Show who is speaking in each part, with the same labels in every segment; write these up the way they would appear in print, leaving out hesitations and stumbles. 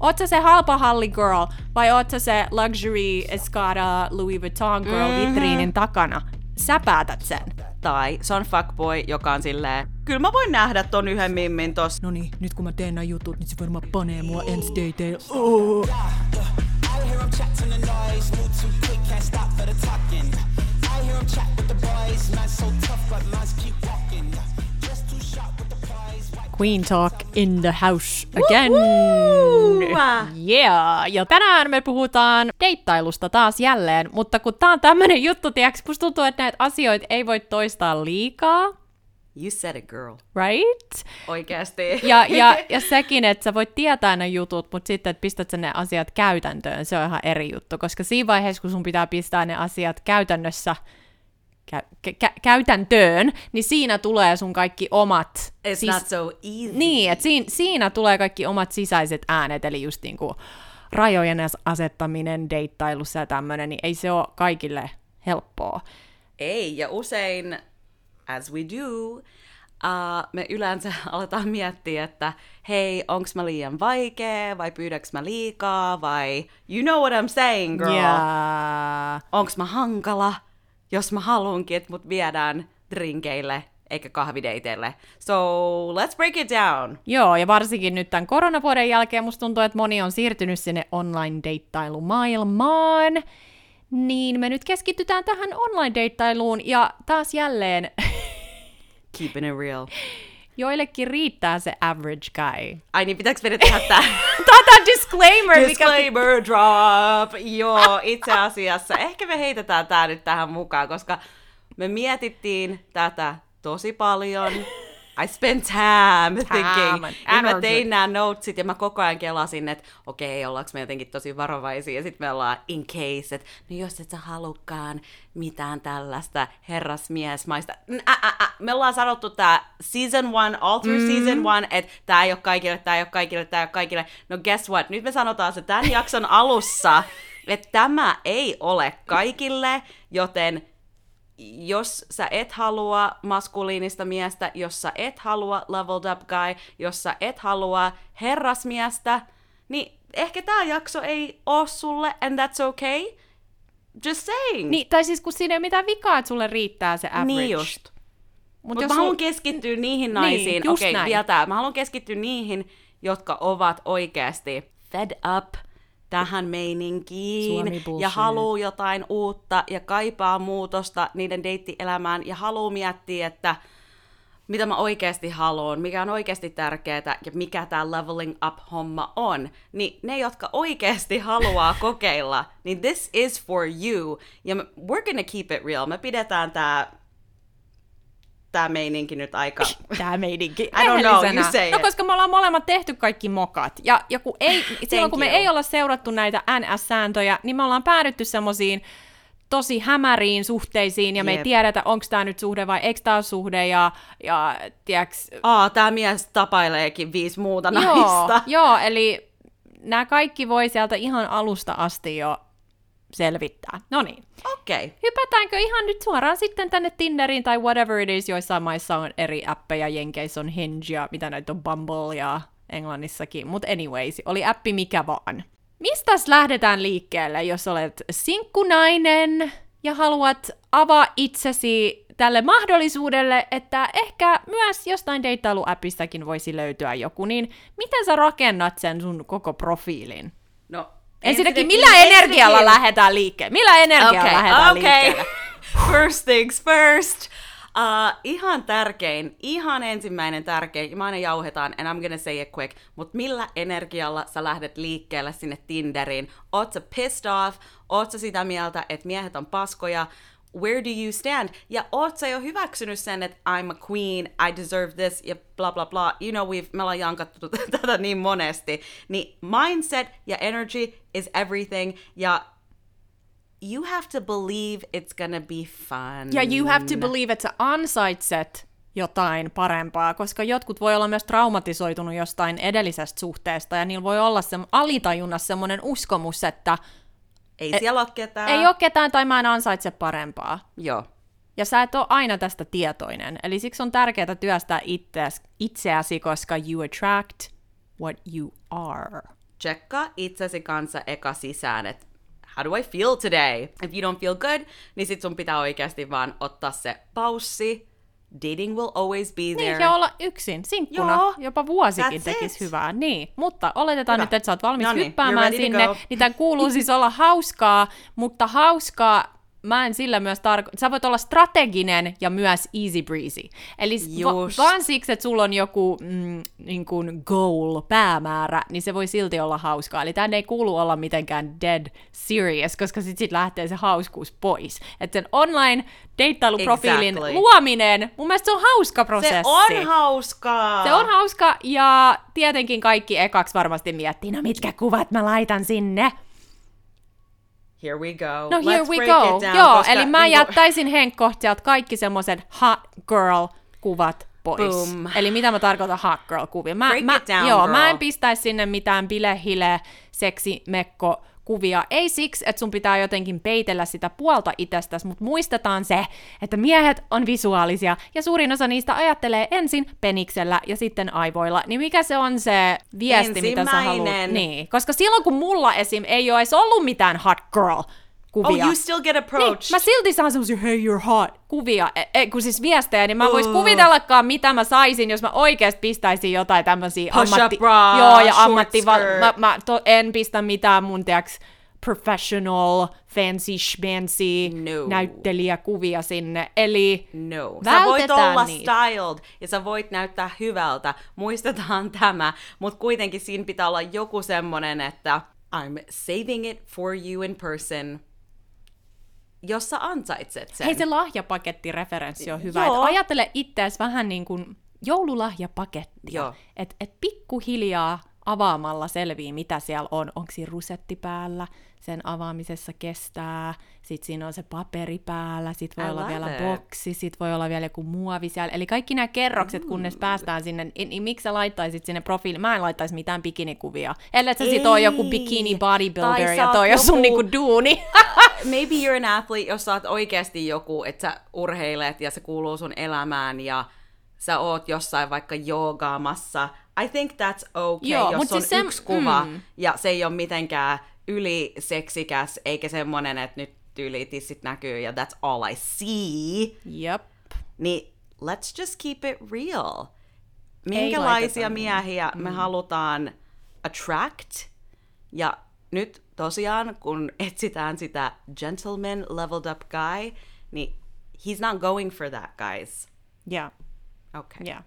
Speaker 1: Oot sä se halpa halli girl vai oot sä se luxury Escada Louis Vuitton girl vitriinin takana? Sä päätät sen.
Speaker 2: Tai se on fuckboy, joka on silleen, kyllä mä voin nähdä ton yhden mimmin tossa.
Speaker 1: Noniin, nyt kun mä teen nää jutut, niin se varmaan panee mua ensi dateille. Queen Talk in the house again. Yeah. Ja tänään me puhutaan deittailusta taas jälleen, mutta kun tää on tämmönen juttu, tiiäks, musta tuntuu, että näitä asioita ei voi toistaa liikaa.
Speaker 2: You said it, girl.
Speaker 1: Right?
Speaker 2: Oikeasti.
Speaker 1: Ja sekin, että sä voit tietää ne jutut, mutta sitten, että pistät sä ne asiat käytäntöön, se on ihan eri juttu, koska siinä vaiheessa, kun sun pitää pistää ne asiat käytännössä käytäntöön, niin siinä tulee sun kaikki omat...
Speaker 2: It's not so easy.
Speaker 1: Niin, että siinä tulee kaikki omat sisäiset äänet, eli just niinku rajojen asettaminen deittailussa ja tämmönen, niin ei se ole kaikille helppoa.
Speaker 2: Ei, ja usein, as we do, me yleensä aletaan miettiä, että hei, onks mä liian vaikea, vai pyydäks mä liikaa, vai you know what I'm saying, girl.
Speaker 1: Yeah.
Speaker 2: Onks mä hankala, jos mä haluunkin, että mut viedään drinkeille, eikä kahvideiteille. So, let's break it down.
Speaker 1: Joo, ja varsinkin nyt tämän koronavuoden jälkeen musta tuntuu, että moni on siirtynyt sinne online-deittailumaailmaan. Niin me nyt keskitytään tähän online-deittailuun, ja taas jälleen...
Speaker 2: Keeping it real.
Speaker 1: Joillekin riittää se average guy.
Speaker 2: Ai niin, pitääkö meidän tehdä tää?
Speaker 1: Tätä disclaimer!
Speaker 2: Disclaimer drop! Joo, itse asiassa. Ehkä me heitetään tää nyt tähän mukaan, koska me mietittiin tätä tosi paljon. I spent time thinking. Ja mä tein nämä notesit ja mä koko ajan kelasin, että okei, ollaanko me jotenkin tosi varovaisia. Ja sitten me ollaan in case, että no jos et sä halukkaan mitään tällaista herrasmiesmaista. Me ollaan sanottu tää season 1, all through season 1, että tää ei ole kaikille, tää ei ole kaikille, tää ei ole kaikille. No guess what? Nyt me sanotaan se tämän jakson alussa, että tämä ei ole kaikille, joten... Jos sä et halua maskuliinista miestä, jos sä et halua leveled up guy, jos sä et halua herrasmiestä, niin ehkä tää jakso ei oo sulle, and that's okay. Just saying.
Speaker 1: Niin, tai siis kun siinä ei ole mitään vikaa, että sulle riittää se average.
Speaker 2: Niin just. Mutta mä haluan keskittyä niihin naisiin,
Speaker 1: näin.
Speaker 2: Vielä tää. Mä haluan keskittyä niihin, jotka ovat oikeasti fed up tähän meininkiin ja haluaa jotain uutta ja kaipaa muutosta niiden deittielämään ja haluaa miettiä, että mitä mä oikeasti haluan, mikä on oikeasti tärkeää ja mikä tää leveling up-homma on. Niin ne, jotka oikeasti haluaa kokeilla, niin this is for you. Ja we're gonna keep it real. Me pidetään tää meininki nyt aika...
Speaker 1: Tää meininki.
Speaker 2: I don't know, you say
Speaker 1: no,
Speaker 2: it.
Speaker 1: koska me ollaan molemmat tehty kaikki mokat. Ja kun silloin kun me ei olla seurattu näitä NS-sääntöjä, niin me ollaan päädytty semmoisiin tosi hämäriin suhteisiin, ja me ei tiedetä, onko tää nyt suhde vai eikö tää ole suhde, ja tiiäks...
Speaker 2: Tää mies tapaileekin 5 muuta naista.
Speaker 1: Joo, eli nämä kaikki voi sieltä ihan alusta asti jo selvittää. No niin.
Speaker 2: Okei.
Speaker 1: Hypätäänkö ihan nyt suoraan sitten tänne Tinderiin tai whatever it is, joissain maissa on eri appeja, Jenkeissä on Hinge ja mitä näitä on Bumble ja Englannissakin. Mutta anyways, oli appi mikä vaan. Mistäs lähdetään liikkeelle, jos olet sinkkunainen ja haluat avaa itsesi tälle mahdollisuudelle, että ehkä myös jostain deittailuappistakin voisi löytyä joku, niin miten sä rakennat sen sun koko profiilin?
Speaker 2: No,
Speaker 1: ensinnäkin, millä energialla lähdetään liikkeelle? Millä energialla lähdetään liikkeelle?
Speaker 2: First things first. Ihan ensimmäinen tärkein, ja mä aina jauhetaan, and I'm gonna say it quick, mutta millä energialla sä lähdet liikkeelle sinne Tinderiin? Oot sä pissed off? Oot sä sitä mieltä, että miehet on paskoja? Where do you stand? Ja oot sä jo hyväksynyt sen, että I'm a queen, I deserve this, ja bla bla bla. You know, me ollaan jankattu tätä niin monesti. Niin mindset ja energy is everything, ja you have to believe it's gonna be fun.
Speaker 1: Ja you have to believe, että sä ansaitset jotain parempaa, koska jotkut voi olla myös traumatisoitunut jostain edellisestä suhteesta, ja niillä voi olla alitajunnassa semmoinen uskomus, että
Speaker 2: ei siellä ole ketään.
Speaker 1: Ei ole ketään tai mä en ansaitse parempaa.
Speaker 2: Joo.
Speaker 1: Ja sä et ole aina tästä tietoinen. Eli siksi on tärkeää työstää itseäsi, koska you attract what you are.
Speaker 2: tsekkaa itsesi kanssa eka sisään, että how do I feel today? If you don't feel good, niin sit sun pitää oikeasti vaan ottaa se paussi. Dating will always be there.
Speaker 1: Niin, ja olla yksin, sinkkuna,
Speaker 2: Joo,
Speaker 1: jopa vuosikin
Speaker 2: that's
Speaker 1: tekisi
Speaker 2: it.
Speaker 1: hyvää. Niin, mutta oletetaan
Speaker 2: Hyvä.
Speaker 1: nyt, että sä oot valmis
Speaker 2: Noniin, you're
Speaker 1: hyppäämään
Speaker 2: ready to
Speaker 1: sinne,
Speaker 2: go.
Speaker 1: niin tämän kuuluu siis olla hauskaa, mutta hauskaa mä en sillä myös sä voit olla strateginen ja myös easy breezy. Eli vaan siksi, että sulla on joku niin kuin goal, päämäärä, niin se voi silti olla hauskaa. Eli tän ei kuulu olla mitenkään dead serious, koska sit lähtee se hauskuus pois. Että sen online deittailuprofiilin luominen, mun mielestä se on hauska prosessi.
Speaker 2: Se on hauskaa!
Speaker 1: Se on hauska, ja tietenkin kaikki ekaksi varmasti miettii, no mitkä kuvat mä laitan sinne.
Speaker 2: Here we go.
Speaker 1: No
Speaker 2: Let's
Speaker 1: here we
Speaker 2: break
Speaker 1: go.
Speaker 2: it down,
Speaker 1: Joo,
Speaker 2: koska
Speaker 1: eli mä jättäisin Henkko sieltä kaikki semmoiset hot girl-kuvat pois.
Speaker 2: Boom.
Speaker 1: Eli mitä mä tarkoitan hot girl-kuvia?
Speaker 2: Break it down,
Speaker 1: joo,
Speaker 2: girl.
Speaker 1: mä en pistäisi sinne mitään bile-hile, seksi-mekko kuvia. Ei siksi, että sun pitää jotenkin peitellä sitä puolta itsestäsi, mutta muistetaan se, että miehet on visuaalisia ja suurin osa niistä ajattelee ensin peniksellä ja sitten aivoilla. Niin mikä se on se viesti, mitä sä haluat? Niin, koska silloin kun mulla esim. Ei ole edes ollut mitään hot girl kuvia.
Speaker 2: Oh, you still get approached.
Speaker 1: Niin, mä silti saan semmosia hey you're hot kuvia, kun siis viestejä, niin mä vois kuvitellakaan mitä mä saisin, jos mä oikeesti pistäisin jotain tämmösiä
Speaker 2: bra,
Speaker 1: joo, ja en pistä mitään mun professional, fancy schmancy näyttelijäkuvia sinne, eli
Speaker 2: sä voit olla
Speaker 1: niitä.
Speaker 2: styled ja sä voit näyttää hyvältä, muistetaan tämä, mutta kuitenkin siinä pitää olla joku semmonen, että I'm saving it for you in person, jos sä ansaitset sen.
Speaker 1: Hei, se lahjapakettireferenssi on hyvä. Et ajattele itseäsi vähän niin kuin joululahjapakettia. Et pikkuhiljaa avaamalla selvii, mitä siellä on. Onko siinä rusetti päällä, sen avaamisessa kestää, sitten siinä on se paperi päällä, sitten voi olla vielä boksi, sitten voi olla vielä joku muovi siellä. Eli kaikki nämä kerrokset, kunnes päästään sinne, niin miksi sä laittaisit sinne profiiliin? Mä en laittaisi mitään bikinikuvia. Ellei sä sit oo joku bikini bodybuilder ja toi on sun niinku duuni.
Speaker 2: Maybe you're an athlete, jos sä oot oikeasti joku, että sä urheilet ja se kuuluu sun elämään ja sä oot jossain vaikka joogaamassa. I think that's okay, jos on siis yksi kuva ja se ei ole mitenkään yliseksikäs, eikä semmonen, että nyt tyylitissit näkyy ja that's all I see.
Speaker 1: Jep.
Speaker 2: Niin let's just keep it real. Minkälaisia miehiä me halutaan attract? Ja nyt tosiaan, kun etsitään sitä gentleman leveled up guy, niin he's not going for that, guys.
Speaker 1: Yeah.
Speaker 2: Okay.
Speaker 1: Yeah.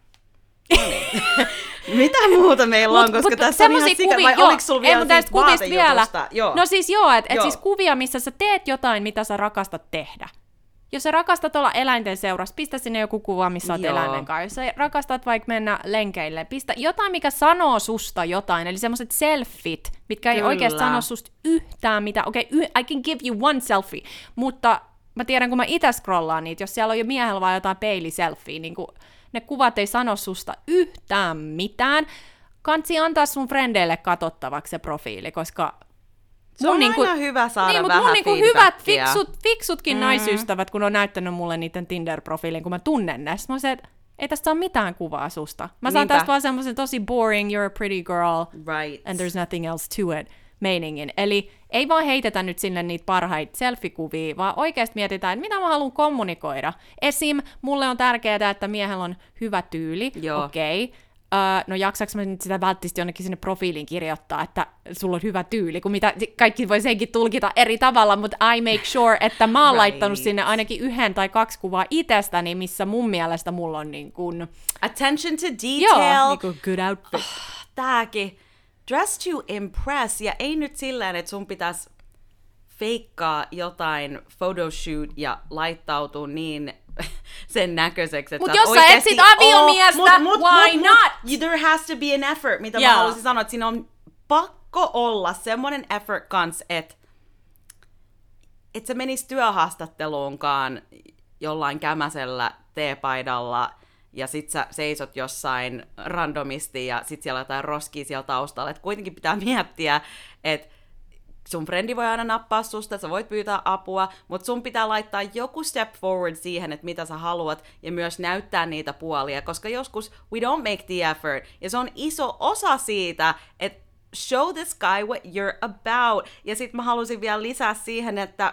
Speaker 2: Mitä muuta meillä on, koska tässä on ihan sika, vai oliko sulla vielä siitä vaatejutusta?
Speaker 1: No siis et siis kuvia, missä sä teet jotain, mitä sä rakastat tehdä. Jos sä rakastat olla eläinten seurassa, pistä sinne joku kuva, missä oot eläimen kanssa. Jos sä rakastat vaikka mennä lenkeille, pistä jotain, mikä sanoo susta jotain. Eli semmoiset selfit, mitkä ei oikeasti sano susta yhtään mitään. Okei, I can give you one selfie, mutta mä tiedän, kun mä itse scrollaan niitä, jos siellä on jo miehellä vaan jotain peiliselfie, niin kun ne kuvat ei sano susta yhtään mitään. Kansi antaa sun frendeille katsottavaksi se profiili, koska
Speaker 2: se on aina hyvä saada vähän
Speaker 1: mun hyvät, fiksutkin naisystävät, kun on näyttänyt mulle niiden Tinder-profiilin, kun mä tunnen ne. Mä se, että ei tästä ole mitään kuvaa susta. Mä saan tästä vaan semmoisen tosi boring, you're a pretty girl, and there's nothing else to it meiningin. Eli ei vaan heitetä nyt sinne niitä parhaita selfie-kuvia, vaan oikeasti mietitään, että mitä mä haluan kommunikoida. Esim, mulle on tärkeää, että miehellä on hyvä tyyli. Okei. No jaksaks mä nyt sitä välttämättä jonnekin sinne profiiliin kirjoittaa, että sulla on hyvä tyyli, kun mitä kaikki voi senkin tulkita eri tavalla, mutta I make sure, että mä oon laittanut sinne ainakin 1 tai 2 kuvaa itsestäni, missä mun mielestä mulla on niin kuin
Speaker 2: attention to detail.
Speaker 1: Joo, niin kuin good outfit.
Speaker 2: Tääkin. Dress to impress, ja ei nyt silleen, että sun pitäisi feikkaa jotain photoshoot ja laittautua niin sen näköiseksi, että
Speaker 1: jos sä etsit aviomiestä, why not?
Speaker 2: There has to be an effort, mitä mä haluaisin sanoa, että siinä on pakko olla semmoinen effort kans, että sä menis työhaastatteluunkaan jollain kämäsellä teepaidalla ja sit sä seisot jossain randomisti ja sit siellä on jotain roskia siellä taustalla. Et kuitenkin pitää miettiä, että sun frendi voi aina nappaa susta, sä voit pyytää apua, mutta sun pitää laittaa joku step forward siihen, että mitä sä haluat, ja myös näyttää niitä puolia, koska joskus we don't make the effort, ja se on iso osa siitä, että show this guy what you're about. Ja sit mä halusin vielä lisää siihen, että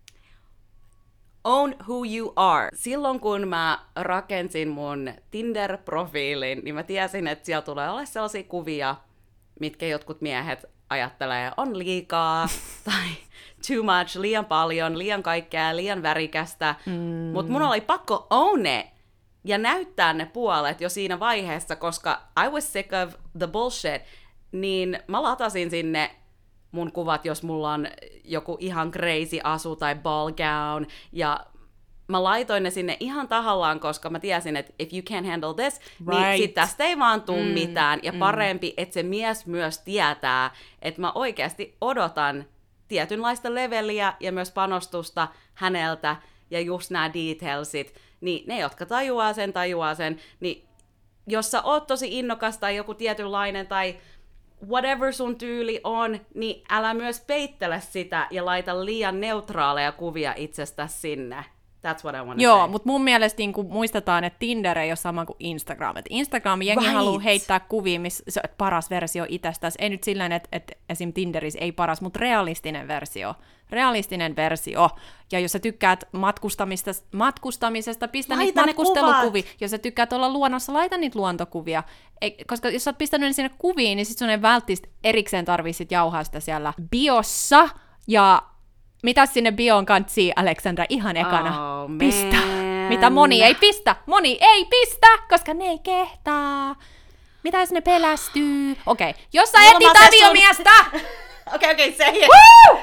Speaker 2: own who you are. Silloin kun mä rakensin mun Tinder-profiilin, niin mä tiesin, että siellä tulee olla sellaisia kuvia, mitkä jotkut miehet ajattelee on liikaa tai too much, liian paljon, liian kaikkea, liian värikästä. Mutta mun oli pakko own it ja näyttää ne puolet jo siinä vaiheessa, koska I was sick of the bullshit, niin mä latasin sinne mun kuvat, jos mulla on joku ihan crazy asu tai ball gown, ja mä laitoin ne sinne ihan tahallaan, koska mä tiesin, että if you can't handle this, niin sit tästä ei vaan tuu mitään, ja parempi, että se mies myös tietää, että mä oikeasti odotan tietynlaista leveliä ja myös panostusta häneltä, ja just nämä detailsit, niin ne, jotka tajuaa sen, niin jos sä oot tosi innokas tai joku tietynlainen tai whatever sun tyyli on, niin älä myös peittele sitä ja laita liian neutraaleja kuvia itsestäsi sinne. That's what I want to
Speaker 1: Joo,
Speaker 2: say.
Speaker 1: mutta mun mielestä niin muistetaan, että Tinder ei ole sama kuin Instagram. Et Instagram jengi haluaa heittää kuvia, missä se on paras versio itsestäsi. Ei nyt sillä että esim. Tinderissä ei paras, mutta realistinen versio. Realistinen versio. Ja jos sä tykkäät matkustamisesta, pistä
Speaker 2: laita
Speaker 1: niitä matkustelukuvia.
Speaker 2: kuvat.
Speaker 1: Jos sä tykkäät olla luonnossa, laita niitä luontokuvia. Koska jos sä oot pistänyt ne sinne kuviin, niin sit sun ei välttämättä erikseen tarvii sit jauhaa sitä siellä biossa. Ja mitä sinne bioon kantsii, Aleksandra, ihan ekana? Pistä. Mitä moni ei pistä? Moni ei pistä, koska ne ei kehtaa. Mitä jos ne pelästyy? Okei, jos sä etsit aviomiestä!
Speaker 2: Okei, say it.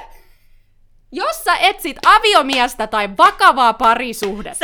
Speaker 1: Jos sä etsit aviomiestä tai vakavaa parisuhdetta,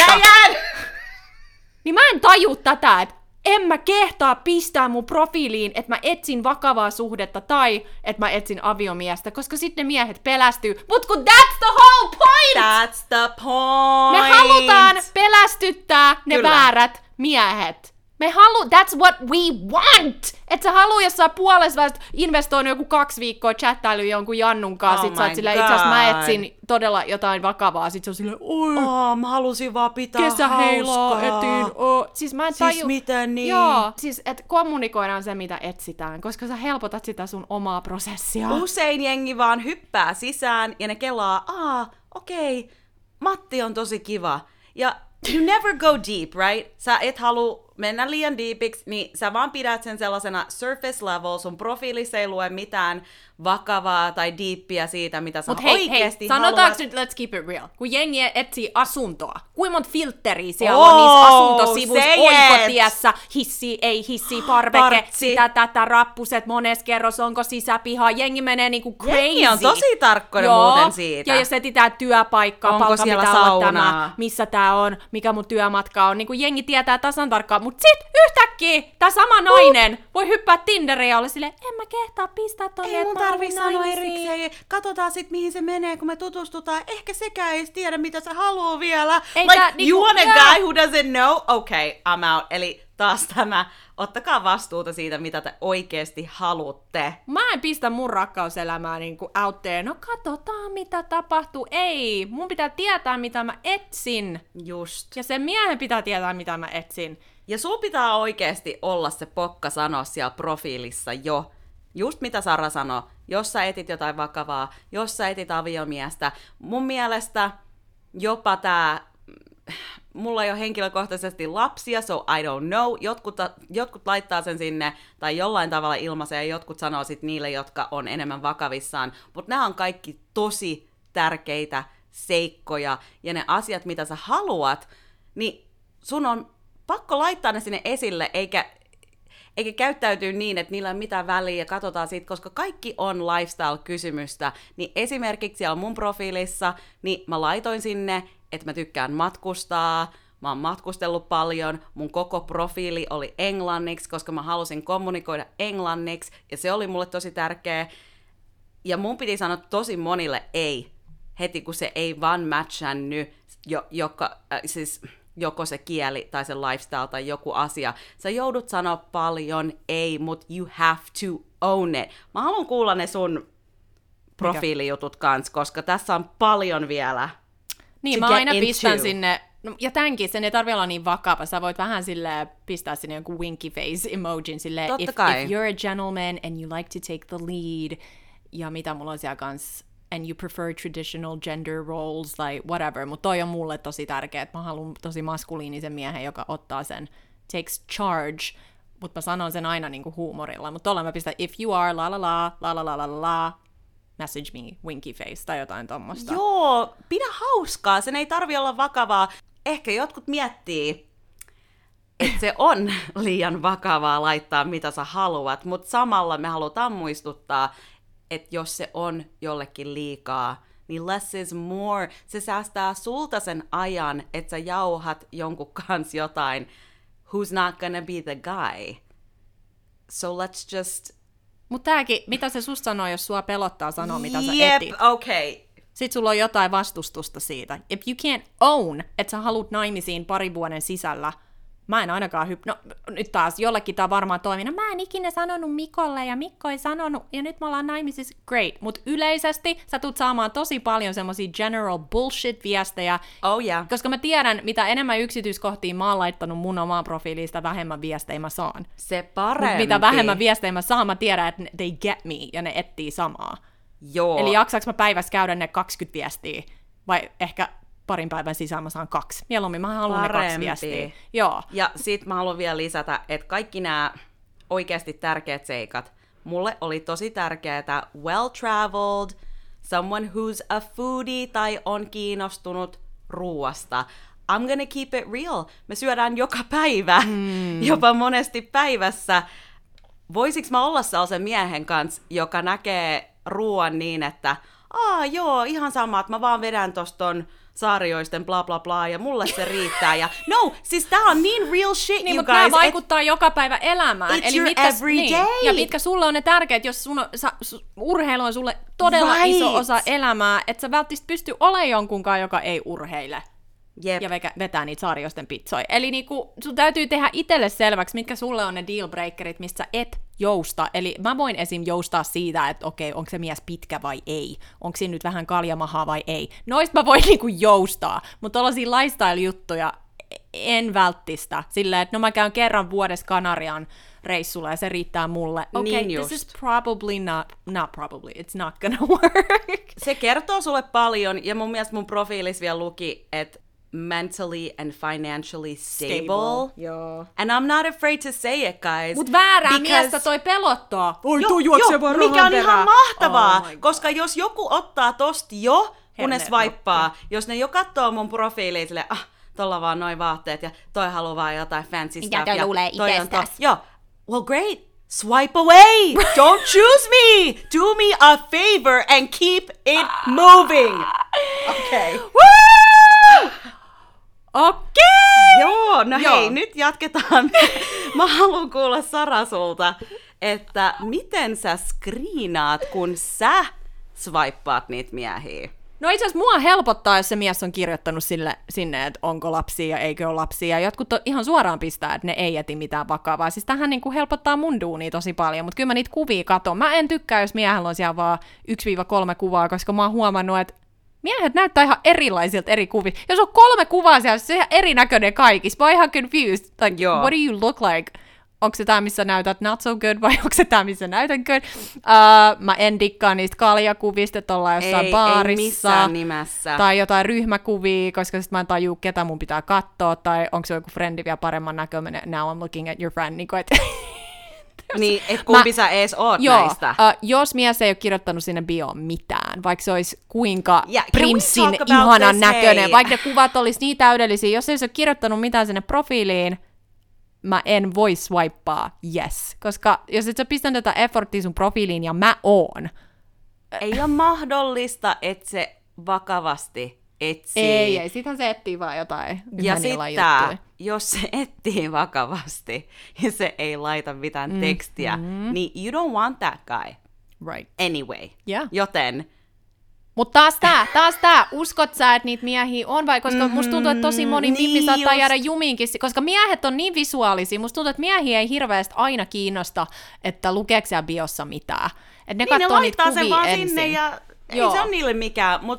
Speaker 1: niin mä en taju tätä, että en mä kehtaa pistää mun profiiliin, että mä etsin vakavaa suhdetta tai että mä etsin aviomiestä, koska sitten ne miehet pelästyy. Mut kun that's the whole point!
Speaker 2: That's the point!
Speaker 1: Me halutaan pelästyttää ne väärät miehet. That's what we want! Et sä haluu, jos sä puolesta välissä investoinut joku 2 viikkoa chattailuun jonkun Jannun kanssa, sit sä oot silleen, itse asiassa mä etsin todella jotain vakavaa, sit se on silleen, oi,
Speaker 2: mä halusin vaan pitää
Speaker 1: kesäheilaa etin, siis mä en taju.
Speaker 2: Siis mitä niin?
Speaker 1: Joo, siis et kommunikoidaan se, mitä etsitään, koska sä helpotat sitä sun omaa prosessia.
Speaker 2: Usein jengi vaan hyppää sisään ja ne kelaa, okei, Matti on tosi kiva. Ja you never go deep, right? Sä et halua mennä liian deepiksi, niin sä vaan pidät sen sellaisena surface level, sun profiilissa ei lue mitään vakavaa tai deeppiä siitä, mitä sä oikeesti haluat.
Speaker 1: Sanotaanko nyt, let's keep it real, kun jengi etsii asuntoa, kuinka monta filtteriä siellä on niissä asuntosivuissa, oikotiessä, hissi, ei hissi, parveke, sitä, tätä, rappuset, mones kerros, onko sisäpiha, jengi menee niinku crazy.
Speaker 2: Jengi on tosi tarkkoinen muuten siitä.
Speaker 1: Ja jos etsitään työpaikkaa,
Speaker 2: onko
Speaker 1: palkka
Speaker 2: siellä
Speaker 1: pitää olla
Speaker 2: saunaa?
Speaker 1: tämä, missä tää on, mikä mun työmatka on, niin kuin jengi tietää tasan tarkkaan, mut sit yhtäkkiä tää sama nainen voi hyppää Tinderiin ja olla silleen, en mä kehtaa pistää tonne,
Speaker 2: ei mun tarvii sanoa erikseen. Katsotaan sit mihin se menee, kun me tutustutaan. Ehkä sekään ei tiedä, mitä se haluaa vielä. You want a guy who doesn't know? Okay, I'm out. Eli taas tämä, ottakaa vastuuta siitä, mitä te oikeesti haluatte.
Speaker 1: Mä en pistä mun rakkauselämää niinku out there. No katsotaan, mitä tapahtuu. Ei, mun pitää tietää, mitä mä etsin.
Speaker 2: Just.
Speaker 1: Ja sen miehen pitää tietää, mitä mä etsin.
Speaker 2: Ja sul pitää oikeesti olla se pokka sanoa siellä profiilissa jo. Just mitä Sara sanoi, jos sä etit jotain vakavaa, jos sä etit aviomiestä. Mun mielestä jopa mulla ei ole henkilökohtaisesti lapsia, so I don't know. Jotkut laittaa sen sinne tai jollain tavalla ilmaisee ja jotkut sanoo sit niille, jotka on enemmän vakavissaan. Mutta nämä on kaikki tosi tärkeitä seikkoja ja ne asiat, mitä sä haluat, niin sun on pakko laittaa ne sinne esille, eikä käyttäytyy niin, että niillä ei ole mitään väliä ja katsotaan siitä, koska kaikki on lifestyle-kysymystä. Niin esimerkiksi siellä mun profiilissa, niin mä laitoin sinne, että mä tykkään matkustaa, mä oon matkustellut paljon, mun koko profiili oli englanniksi, koska mä halusin kommunikoida englanniksi, ja se oli mulle tosi tärkeä. Ja mun piti sanoa tosi monille ei, heti kun se ei vaan matchannyt, joko se kieli tai se lifestyle tai joku asia. Sä joudut sanoa paljon ei, mut you have to own it. Mä haluan kuulla ne sun profiilijutut kans, koska tässä on paljon vielä.
Speaker 1: Niin, mä aina pistän sinne No, ja tämänkin, sen ei tarvitse olla niin vakava. Sä voit vähän silleen pistää sinne jonkun winky face emojin silleen,
Speaker 2: Totta
Speaker 1: if
Speaker 2: kai.
Speaker 1: you're a gentleman and you like to take the lead, ja mitä mulla on siellä kanssa, and you prefer traditional gender roles, like whatever, mutta toi on mulle tosi tärkeä, että mä haluan tosi maskuliinisen miehen, joka ottaa sen, takes charge, mutta mä sanon sen aina niinku huumorilla, mutta tuolla mä pistän, if you are la la la, la la la la la, message me, winky face, tai jotain tommosta.
Speaker 2: Joo, pidä hauskaa, sen ei tarvi olla vakavaa. Ehkä jotkut miettii, että se on liian vakavaa laittaa mitä sä haluat, mutta samalla me halutaan muistuttaa, että jos se on jollekin liikaa, niin less is more. Se säästää sulta sen ajan, että sä jauhat jonkun kanssa jotain, who's not gonna be the guy. So let's just...
Speaker 1: Mutta tääkin, mitä se susta sanoo, jos sua pelottaa sanoa, mitä sä
Speaker 2: Jep,
Speaker 1: etit?
Speaker 2: okay.
Speaker 1: Sitten sulla on jotain vastustusta siitä. If you can't own, että sä haluat naimisiin 2 vuoden sisällä, mä en ainakaan no nyt taas jollekin tää varmaan toimii. No mä en ikinä sanonut Mikolle ja Mikko ei sanonut ja nyt me ollaan naimisissa. Great. Mut yleisesti sä tulet saamaan tosi paljon semmosia general bullshit-viestejä.
Speaker 2: Oh yeah.
Speaker 1: Koska mä tiedän, mitä enemmän yksityiskohtia mä oon laittanut mun omaan profiiliin, sitä vähemmän viestejä mä saan.
Speaker 2: Se parempi.
Speaker 1: Mut mitä vähemmän viestejä mä saan, mä tiedän, että they get me ja ne etsii samaa.
Speaker 2: Joo.
Speaker 1: Eli jaksaanko mä päivässä käydä ne 20 viestiä? Vai ehkä parin päivän sisään mä saan 2. Mieluummin mä haluan ne 2 viestiä. Joo.
Speaker 2: Ja sit mä haluan vielä lisätä, että kaikki nämä oikeasti tärkeät seikat, mulle oli tosi tärkeää well-traveled, someone who's a foodie tai on kiinnostunut ruuasta. I'm gonna keep it real. Me syödään joka päivä, jopa monesti päivässä. Voisiks mä olla sellaisen miehen kanssa, joka näkee ruoan niin, että joo, ihan sama, että mä vaan vedän tosta ton saarioisten bla bla bla ja mulle se riittää. Ja no, siis tää on niin real shit,
Speaker 1: niin,
Speaker 2: you
Speaker 1: mutta
Speaker 2: guys.
Speaker 1: nämä vaikuttaa joka päivä elämään.
Speaker 2: It's your everyday.
Speaker 1: Ja mitkä sulle on ne tärkeät, jos urheilu on sulle todella iso osa elämää, että sä välttämättä pysty olemaan jonkunkaan, joka ei urheile.
Speaker 2: Jep.
Speaker 1: Ja vetää niitä saarioisten pizzoja. Eli niinku, sun täytyy tehdä itselle selväksi, mitkä sulle on ne dealbreakerit, mistä sä et jousta. Eli mä voin esim. Joustaa siitä, että okei, onko se mies pitkä vai ei? Onko siinä nyt vähän kaljamahaa vai ei? Noista mä voin niinku joustaa. Mutta tollaisia lifestyle-juttuja en välttistä. Silleen, että no mä käyn kerran vuodessa Kanarian reissulla ja se riittää mulle. Okei,
Speaker 2: Niin
Speaker 1: this is probably not probably, it's not gonna work.
Speaker 2: Se kertoo sulle paljon ja mun mielestä mun profiilis vielä luki, että mentally and financially stable.
Speaker 1: Joo.
Speaker 2: And I'm not afraid to say it, guys.
Speaker 1: Mut väärää miestä toi pelottaa. Oi,
Speaker 2: mikä on ihan mahtavaa, koska jos joku ottaa tosta kun ne swipaa, jos ne jo katsoo mun profiiliin silleen, tolla vaan noin vaatteet ja toi haluaa vaan jotain fancy stuff.
Speaker 1: Mitä toi luulee itsestäs?
Speaker 2: Joo, well great, swipe away, don't choose me, do me a favor and keep it moving. Okay.
Speaker 1: Woo! Okei!
Speaker 2: Joo, no hei, nyt jatketaan. Mä haluan kuulla Sara sulta, että miten sä screenaat, kun sä swippaat niitä miehiä?
Speaker 1: No itse asiassa mua helpottaa, jos se mies on kirjoittanut sinne, että onko lapsia ja eikö ole lapsia. Ja jotkut ihan suoraan pistää, että ne ei eti mitään vakavaa. Siis tämähän niinku helpottaa mun duunia tosi paljon, mutta kyllä mä niitä kuvia katon. Mä en tykkää, jos miehellä on siellä vaan 1-3 kuvaa, koska mä oon huomannut, että miehet näyttää ihan erilaisilta eri kuvista. Jos on 3 kuvaa siellä, se on ihan erinäköinen kaikissa. Mä oon ihan confused. Like, what do you look like? Onko se tää, missä näytät not so good, vai onko se tää, missä näytän good? Mä en dikkaa niistä kaljakuvista, että ollaan jossain baarissa.
Speaker 2: Ei missään nimessä.
Speaker 1: Tai jotain ryhmäkuvia, koska sit mä en tajuu, ketä mun pitää katsoa. Tai onko se joku frendi vielä paremman näköinen? Now I'm looking at your friend.
Speaker 2: Niin, et kumpi sä ees oot näistä.
Speaker 1: Jos mies ei ole kirjoittanut sinne bioon mitään, vaikka se olisi kuinka prinssin
Speaker 2: ihanan
Speaker 1: ihanan näköinen, vaikka ne kuvat olisi niin täydellisiä, jos ei se ole kirjoittanut mitään sinne profiiliin, mä en voi swipea yes. Koska jos et sä pistänyt tätä efforttia sun profiiliin ja mä oon.
Speaker 2: Ei ole mahdollista, että se vakavasti etsii.
Speaker 1: Ei, sitähän se etsii vaan jotain.
Speaker 2: Ja sitten jos se etsii vakavasti ja se ei laita mitään tekstiä, niin you don't want that guy.
Speaker 1: Right.
Speaker 2: Anyway.
Speaker 1: Yeah.
Speaker 2: Joten...
Speaker 1: Mutta taas tää, uskot sä, että niitä miehiä on vai? Koska musta tuntuu, että tosi moni mimmi saattaa jäädä jumiinkin, koska miehet on niin visuaalisia. Musta tuntuu, että miehiä ei hirveästi aina kiinnosta, että lukeeko siellä biossa mitään. Että ne katsoo niitä kuvia
Speaker 2: sen vaan
Speaker 1: ensin.
Speaker 2: sinne ja ei se ole niille mikään, mutta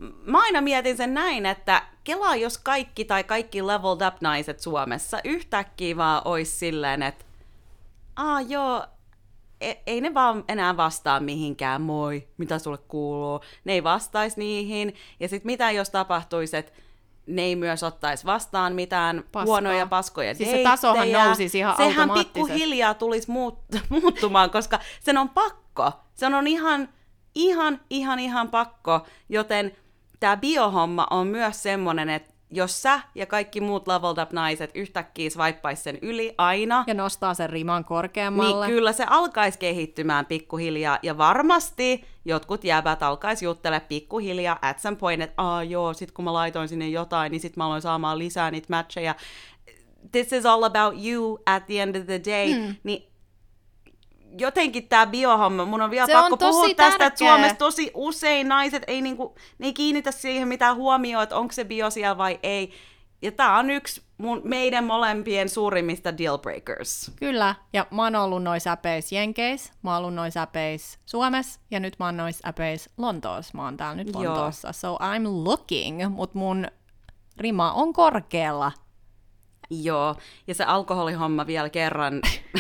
Speaker 2: mä aina mietin sen näin, että kelaa jos kaikki tai kaikki leveled up naiset Suomessa yhtäkkiä vaan ois silleen, että joo, ei ne vaan enää vastaa mihinkään, moi, mitä sulle kuuluu. Ne ei vastaisi niihin. Ja sit mitä jos tapahtuisi, että ne ei myös ottaisi vastaan mitään huonoja paskoja
Speaker 1: siis
Speaker 2: deittejä.
Speaker 1: Se tasohan nousisi ihan
Speaker 2: sehän
Speaker 1: automaattisesti.
Speaker 2: pikkuhiljaa tulisi muuttumaan, koska sen on pakko. Se on ihan pakko, joten tämä biohomma on myös semmoinen, että jos sä ja kaikki muut leveled up naiset yhtäkkiä swipeais sen yli aina,
Speaker 1: ja nostaa sen riman korkeammalle,
Speaker 2: niin kyllä se alkaisi kehittymään pikkuhiljaa, ja varmasti jotkut jäbät alkaisi juttelemaan pikkuhiljaa at some point, että joo, sit kun mä laitoin sinne jotain, niin sit mä aloin saamaan lisää niitä matcheja. This is all about you at the end of the day, niin jotenkin tää biohomma, mun on vielä
Speaker 1: se
Speaker 2: pakko
Speaker 1: on tosi
Speaker 2: puhua tästä,
Speaker 1: tärkeä.
Speaker 2: että Suomessa tosi usein naiset ne ei kiinnitä siihen mitään huomioon, että onko se bio siellä vai ei. Ja tää on yksi meidän molempien suurimmista dealbreakers.
Speaker 1: Kyllä, ja mä oon ollut noissa äpeissä Jenkeissä, mä oon ollut noissa äpeissä Suomessa, ja nyt mä oon noissa äpeissä Lontoossa. Mä oon täällä nyt Lontoossa, so I'm looking, mut mun rima on korkealla.
Speaker 2: Joo, ja se alkoholihomma vielä kerran.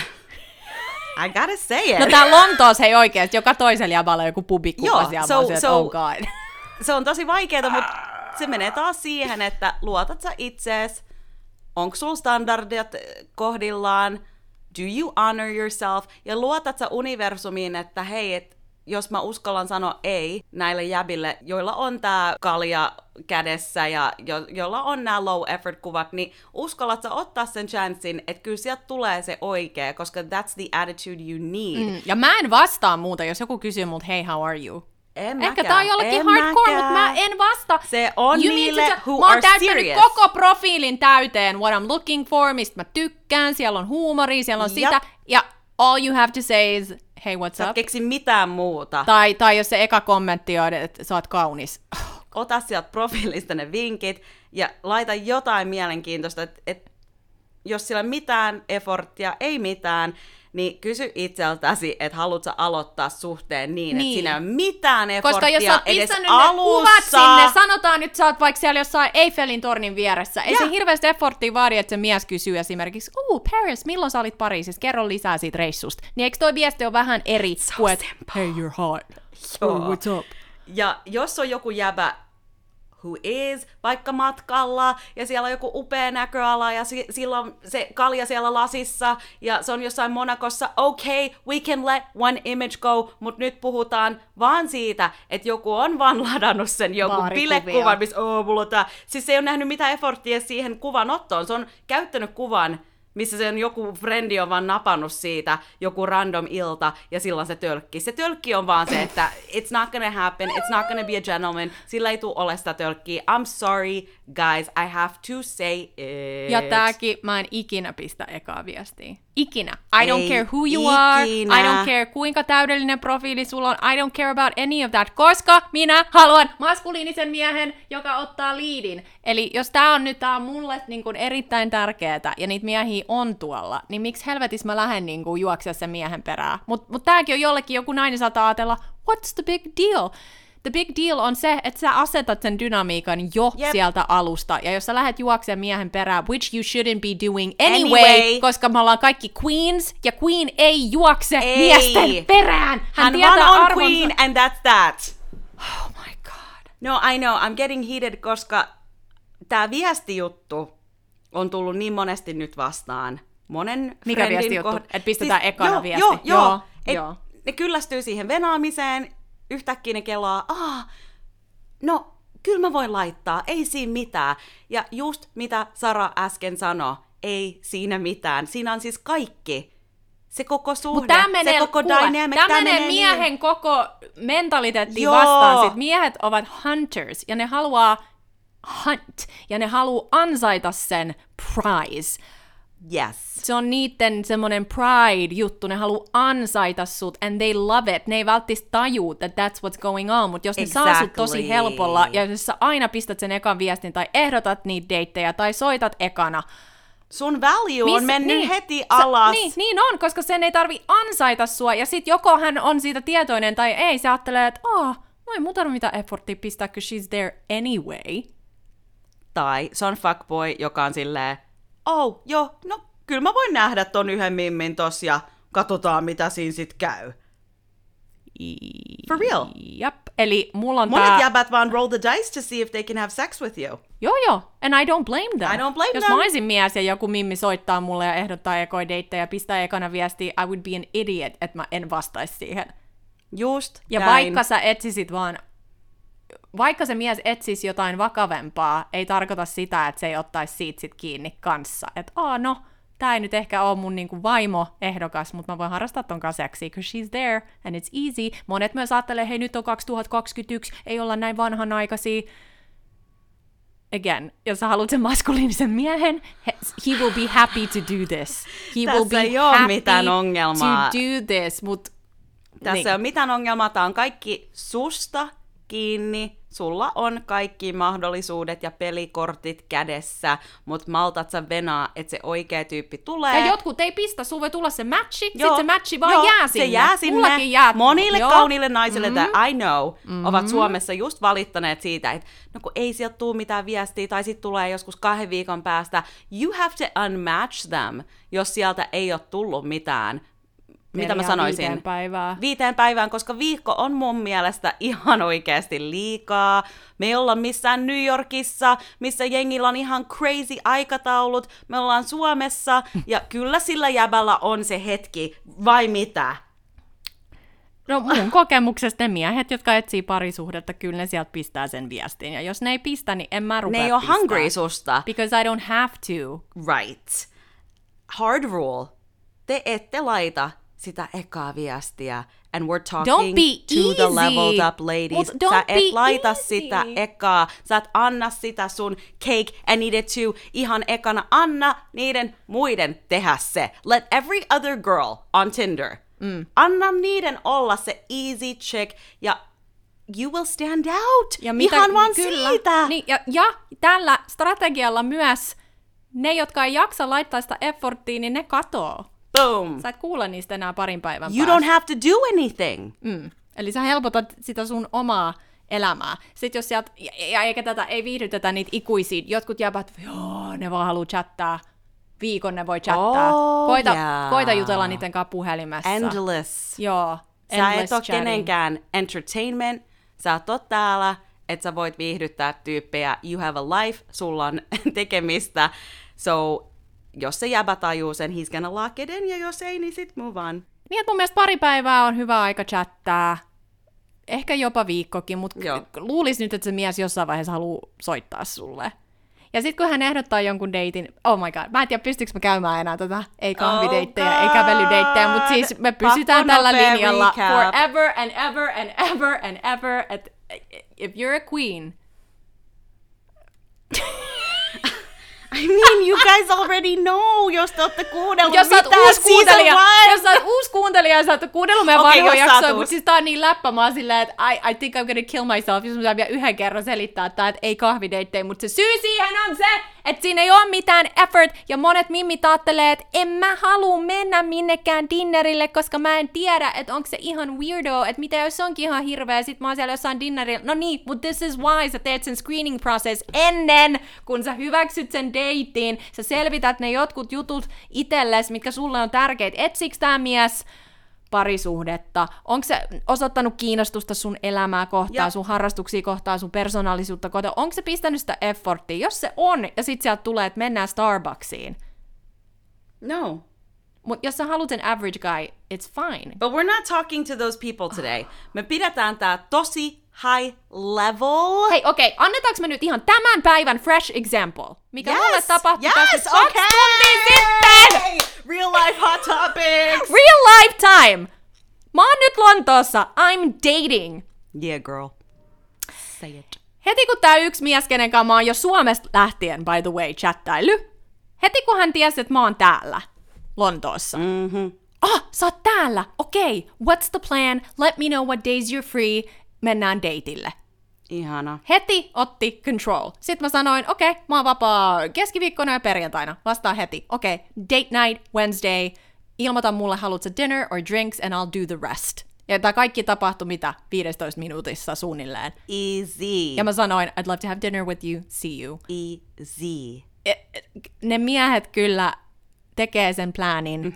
Speaker 2: I gotta say it.
Speaker 1: No tää Lontoossa ei oikeesti, joka toisella jäbällä on joku pubikuva siellä, oh god.
Speaker 2: Se on tosi vaikeeta, mutta se menee taas siihen, että luotat sä itsees, onko sulla standardit kohdillaan, do you honor yourself, ja luotat sä universumiin, että hei, jos mä uskallan sanoa ei näille jäbille, joilla on tää kalja kädessä ja joilla on nämä low effort kuvat, niin uskallat sä ottaa sen chanssin, että kyllä sieltä tulee se oikea, koska that's the attitude you need.
Speaker 1: Ja mä en vastaa muuta, jos joku kysyy multa, hey, how are you? Ehkä tää on jollekin hardcore, mutta mä en vasta.
Speaker 2: Se on niille who
Speaker 1: are serious. Mä oon
Speaker 2: täyttänyt
Speaker 1: koko profiilin täyteen, what I'm looking for, mistä mä tykkään, siellä on huumoria, siellä on sitä, ja all you have to say is, hey, what's up?
Speaker 2: Keksi mitään muuta.
Speaker 1: Tai jos se eka kommentti on, että sä oot kaunis.
Speaker 2: Ota sieltä profiilista ne vinkit ja laita jotain mielenkiintoista, että jos sillä mitään efforttia, ei mitään, niin kysy itseltäsi, että haluatko sä aloittaa suhteen niin, että siinä ei ole mitään efforttia
Speaker 1: koska jos sä oot
Speaker 2: edes
Speaker 1: pistänyt
Speaker 2: alussa.
Speaker 1: ne kuvat sinne, sanotaan nyt sä oot vaikka siellä jossain Eiffelin tornin vieressä, ei se hirveästi efforttia vaadi, että se mies kysyy esimerkiksi, Paris, milloin sä olit Pariisissa, kerro lisää siitä reissusta. Niin eikö toi viesti ole vähän eri kuin, että hey, you're hot, what's up?
Speaker 2: Ja jos on joku jäbä, who is vaikka matkalla, ja siellä on joku upea näköala, ja sillä on se kalja siellä lasissa, ja se on jossain Monacossa, okay, we can let one image go, mutta nyt puhutaan vaan siitä, että joku on vaan ladannut sen joku bilekuvan, missä mulla on tää. Siis se ei ole nähnyt mitään efforttia siihen kuvanottoon, se on käyttänyt kuvan, missä sen joku frendi on vaan napannut siitä, joku random ilta, ja silloin se tölkki. Se tölkki on vaan se, että it's not gonna happen, it's not gonna be a gentleman, sillä ei tule ole sitä tölkkiä. I'm sorry, guys, I have to say it.
Speaker 1: Ja tääkin mä en ikinä pistä ekaa viestiä. Ikinä. I don't care who you are, I don't care kuinka täydellinen profiili sulla on, I don't care about any of that, koska minä haluan maskuliinisen miehen, joka ottaa liidin. Eli jos tää on mulle niin kuin erittäin tärkeetä, ja niitä miehiä on tuolla, niin miksi helvetissä mä lähden niin kuin juoksia sen miehen perään? Mut tääkin on jollekin, joku nainen saattaa ajatella, what's the big deal? The big deal on se, että sä asetat sen dynamiikan jo sieltä alusta, ja jos sä lähdet juoksemaan miehen perään, which you shouldn't be doing anyway, koska me ollaan kaikki queens, ja queen ei juokse miesten perään. Hän tietää
Speaker 2: on
Speaker 1: arvonsa.
Speaker 2: queen, and that's that.
Speaker 1: Oh my god.
Speaker 2: No, I know, I'm getting heated, koska tää viestijuttu on tullut niin monesti nyt vastaan.
Speaker 1: Mikä viestijuttu? Että pistetään siis, ekana viesti.
Speaker 2: Joo. Ne kyllästyy siihen venaamiseen, yhtäkkiä ne kelaa, no, kyllä mä voin laittaa, ei siinä mitään. Ja just mitä Sara äsken sanoi, ei siinä mitään. Siinä on siis kaikki. Se koko suhde, se koko dynamic.
Speaker 1: Tämä menee miehen koko mentaliteettiin vastaan. Sit miehet ovat hunters, ja ne haluaa hunt, ja ne haluaa ansaita sen prize.
Speaker 2: Yes.
Speaker 1: Se on niitten semmoinen pride-juttu, ne haluaa ansaita sut, and they love it. Ne ei välttämättä tajuu, that that's what's going on, mutta jos ne saa sut tosi helpolla, ja jos sä aina pistät sen ekan viestin, tai ehdotat niitä deittejä, tai soitat ekana,
Speaker 2: sun value on mennyt heti alas.
Speaker 1: Niin on, koska sen ei tarvi ansaita sua, ja sit joko hän on siitä tietoinen tai ei, se ajattelee, että Mä en muuta mitään efforttia pistää, kun she's there anyway.
Speaker 2: Tai se on fuckboy, joka on silleen, joo, no kyllä mä voin nähdä ton yhden mimmin tossa ja katsotaan mitä siinä sit käy. For real.
Speaker 1: Jep, eli mulla on
Speaker 2: Monet jäbät vaan roll the dice to see if they can have sex with you.
Speaker 1: Joo, and I don't blame them.
Speaker 2: I don't blame
Speaker 1: Jos
Speaker 2: them.
Speaker 1: mä olisin mies ja joku mimmi soittaa mulle ja ehdottaa ekoja deittejä ja pistää ekana viestiä, I would be an idiot, että mä en vastaisi siihen.
Speaker 2: Just
Speaker 1: Ja
Speaker 2: näin.
Speaker 1: vaikka sä etsisit vaan, vaikka se mies etsisi jotain vakavempaa, ei tarkoita sitä, että se ei ottaisi siitä sit kiinni kanssa. Että no, tää ei nyt ehkä ole mun niinku vaimo-ehdokas, mutta mä voin harrastaa ton kanssa seksiä, because she's there, and it's easy. Monet myös ajattelee, hei nyt on 2021, ei olla näin vanhanaikaisia. Again, jos sä haluat sen maskuliinisen miehen, he will be happy to do this. He will be
Speaker 2: ei ole
Speaker 1: happy
Speaker 2: mitään ongelmaa.
Speaker 1: to do this,
Speaker 2: Tässä
Speaker 1: niin.
Speaker 2: ei ole mitään ongelmaa, tää on kaikki susta kiinni. Sulla on kaikki mahdollisuudet ja pelikortit kädessä, mutta maltat sä venaa, että se oikea tyyppi tulee.
Speaker 1: Ja jotkut ei pistä, sulla voi tulla se matchi, sit se matchi vaan jää sinne.
Speaker 2: Se jää sinne.
Speaker 1: Mullakin jää.
Speaker 2: Monille kauniille naisille, that I know, ovat Suomessa just valittaneet siitä, että no kun ei sieltä tule mitään viestiä, tai sitten tulee joskus 2 viikon päästä. You have to unmatch them, jos sieltä ei ole tullut mitään. Mitä mä sanoisin?
Speaker 1: 5 päivää.
Speaker 2: 5 päivään, koska viikko on mun mielestä ihan oikeasti liikaa. Me ei olla missään New Yorkissa, missä jengillä on ihan crazy aikataulut. Me ollaan Suomessa, ja kyllä sillä jäbällä on se hetki, vai mitä?
Speaker 1: No mun kokemuksesta ne miehet, jotka etsii parisuhdetta, kyllä ne sieltä pistää sen viestin. Ja jos ne ei pistä, niin en mä rupea
Speaker 2: Ne ei ole
Speaker 1: pistää.
Speaker 2: hungry susta.
Speaker 1: Because I don't have to.
Speaker 2: Right. Hard rule. Te ette laita sitä ekaa viestiä. And we're talking
Speaker 1: Don't be
Speaker 2: to the
Speaker 1: easy.
Speaker 2: leveled up ladies.
Speaker 1: Mut don't
Speaker 2: Sä et
Speaker 1: be
Speaker 2: laita
Speaker 1: easy.
Speaker 2: sitä ekaa. Sä et anna sitä sun cake and eat it too ihan ekana. Anna niiden muiden tehdä se. Let every other girl on Tinder. Anna niiden olla se easy chick ja you will stand out.
Speaker 1: Ja
Speaker 2: ihan vaan siitä.
Speaker 1: Niin, ja tällä strategialla myös ne, jotka ei jaksa laittaa sitä efforttia, niin ne katoo.
Speaker 2: Boom.
Speaker 1: Sä et kuule niistä enää parin päivän
Speaker 2: You
Speaker 1: päästä.
Speaker 2: don't have to do anything.
Speaker 1: Eli sä helpotat sitä sun omaa elämää. Sitten jos sieltä, ja eikä tätä, ei viihdytetä niitä ikuisia, jotkut jäbät, joo, ne vaan haluu chattaa. Viikon ne voi chattaa. Koita jutella niiden kanssa puhelimessa.
Speaker 2: Endless.
Speaker 1: Joo,
Speaker 2: Sä
Speaker 1: endless
Speaker 2: et ole
Speaker 1: chatting.
Speaker 2: kenenkään entertainment. Sä oot täällä, että sä voit viihdyttää tyyppejä. You have a life. Sulla on tekemistä. So, jos se jäbä tajuu sen, he's gonna lock it in, ja jos ei, niin sit move on.
Speaker 1: Niin, että mun mielestä pari päivää on hyvä aika chattaa. Ehkä jopa viikkokin, mutta luulisi nyt, että se mies jossain vaiheessa haluaa soittaa sulle. Ja sitten kun hän ehdottaa jonkun deitin, oh my god, mä en tiedä, pystyykö mä käymään enää ei kahvideittejä, ei kävelydeittejä, mutta siis me pysytään tällä linjalla forever and ever and ever and ever, että if you're a queen.
Speaker 2: I mean, you guys already know, jos te ootte kuunnellut
Speaker 1: Jos sä oot
Speaker 2: mitään
Speaker 1: uusi kuuntelija,
Speaker 2: season 1.
Speaker 1: jos sä oot uusi kuuntelija ja sä oot kuunnellut meidän
Speaker 2: Okei,
Speaker 1: vanhoja
Speaker 2: jos sä oot
Speaker 1: jaksoja,
Speaker 2: uusi.
Speaker 1: mutta siis tää on niin läppä, mä oon silleen, että I think I'm gonna kill myself, jos mä saan vielä yhden kerran selittää tää, että ei kahvideittejä, mutta se syy siihen on se, että siinä ei ole mitään effort, ja monet mimmit ajattelee, että en mä halua mennä minnekään dinnerille, koska mä en tiedä, että onko se ihan weirdo, että mitä jos se onkin ihan hirveä, sit mä oon siellä jossain dinnerillä, no niin, mutta this is why sä teet sen screening process ennen, kun sä hyväksyt sen deitin, sä selvität ne jotkut jutut itelles, mitkä sulle on tärkeitä, etsiks tää mies parisuhdetta, onko se osoittanut kiinnostusta sun elämää kohtaan, sun harrastuksia kohtaan, sun persoonallisuutta kohtaan, onko se pistänyt sitä efforttia, jos se on, ja sit sieltä tulee, että mennään Starbucksiin.
Speaker 2: No.
Speaker 1: Mutta jos sä haluat sen average guy, it's fine.
Speaker 2: But we're not talking to those people today. Me pidetään tää tosi high level.
Speaker 1: Hei, okei, annetaanko me nyt ihan tämän päivän fresh example, mikä mulle tapahtui tässä 2 tuntia sitten!
Speaker 2: Real life hot topics!
Speaker 1: Real life time! Mä oon nyt Lontoossa, I'm dating.
Speaker 2: Yeah, girl. Say it.
Speaker 1: Heti kun tää yksi mies, kenen kanssa mä oon jo Suomesta lähtien, by the way, chattaily, heti kun hän tiesi, että mä oon täällä, Lontoossa. Sä oot täällä, okei, what's the plan? Let me know what days you're free. Mennään dateille.
Speaker 2: Ihana.
Speaker 1: Heti otti control. Sitten mä sanoin, okei, mä oon vapaa keskiviikkona ja perjantaina. Vastaan heti. Okei, date night, Wednesday. Ilmoita mulle, haluatko dinner or drinks, and I'll do the rest. Ja tämä kaikki tapahtui mitä? 15 minuutissa suunnilleen.
Speaker 2: Easy.
Speaker 1: Ja mä sanoin, I'd love to have dinner with you, see you.
Speaker 2: Easy.
Speaker 1: Ne miehet kyllä tekee sen planin.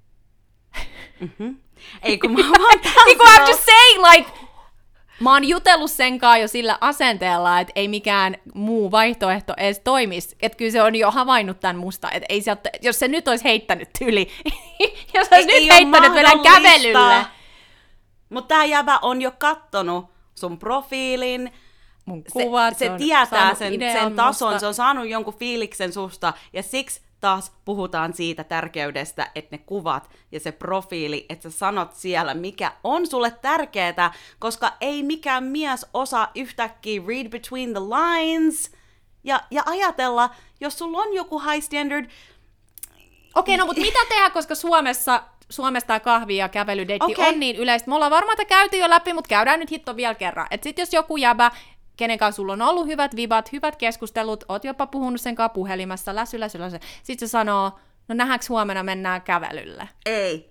Speaker 2: Ei kun mä vaan
Speaker 1: Niin kuin I'm just saying, like, mä oon jutellut senkaan jo sillä asenteella, että ei mikään muu vaihtoehto edes toimisi. Että kyllä se on jo havainnut tämän musta. Että ei sieltä, jos se nyt olisi heittänyt tyli, jos se olisi nyt heittänyt meidän kävelylle.
Speaker 2: Mutta tää jäbä on jo kattonut sun profiilin.
Speaker 1: Mun kuvat,
Speaker 2: se tietää sen tason, musta. Se on saanut jonkun fiiliksen susta, ja siksi taas puhutaan siitä tärkeydestä, että ne kuvat ja se profiili, että sä sanot siellä, mikä on sulle tärkeää, koska ei mikään mies osaa yhtäkkiä read between the lines ja ajatella, jos sulla on joku high standard.
Speaker 1: Okei, no mutta mitä tehdä, koska Suomessa tämä kahvi- ja kävelydeitti on niin yleistä. Me ollaan varmaan käyty jo läpi, mutta käydään nyt hitto vielä kerran. Että sit jos joku jäbä, kenen kanssa sulla on ollut hyvät vibat, hyvät keskustelut, oot jopa puhunut sen kanssa puhelimessa, läsy. Sitten se sanoo, no nähdäänkö huomenna mennään kävelylle?
Speaker 2: Ei.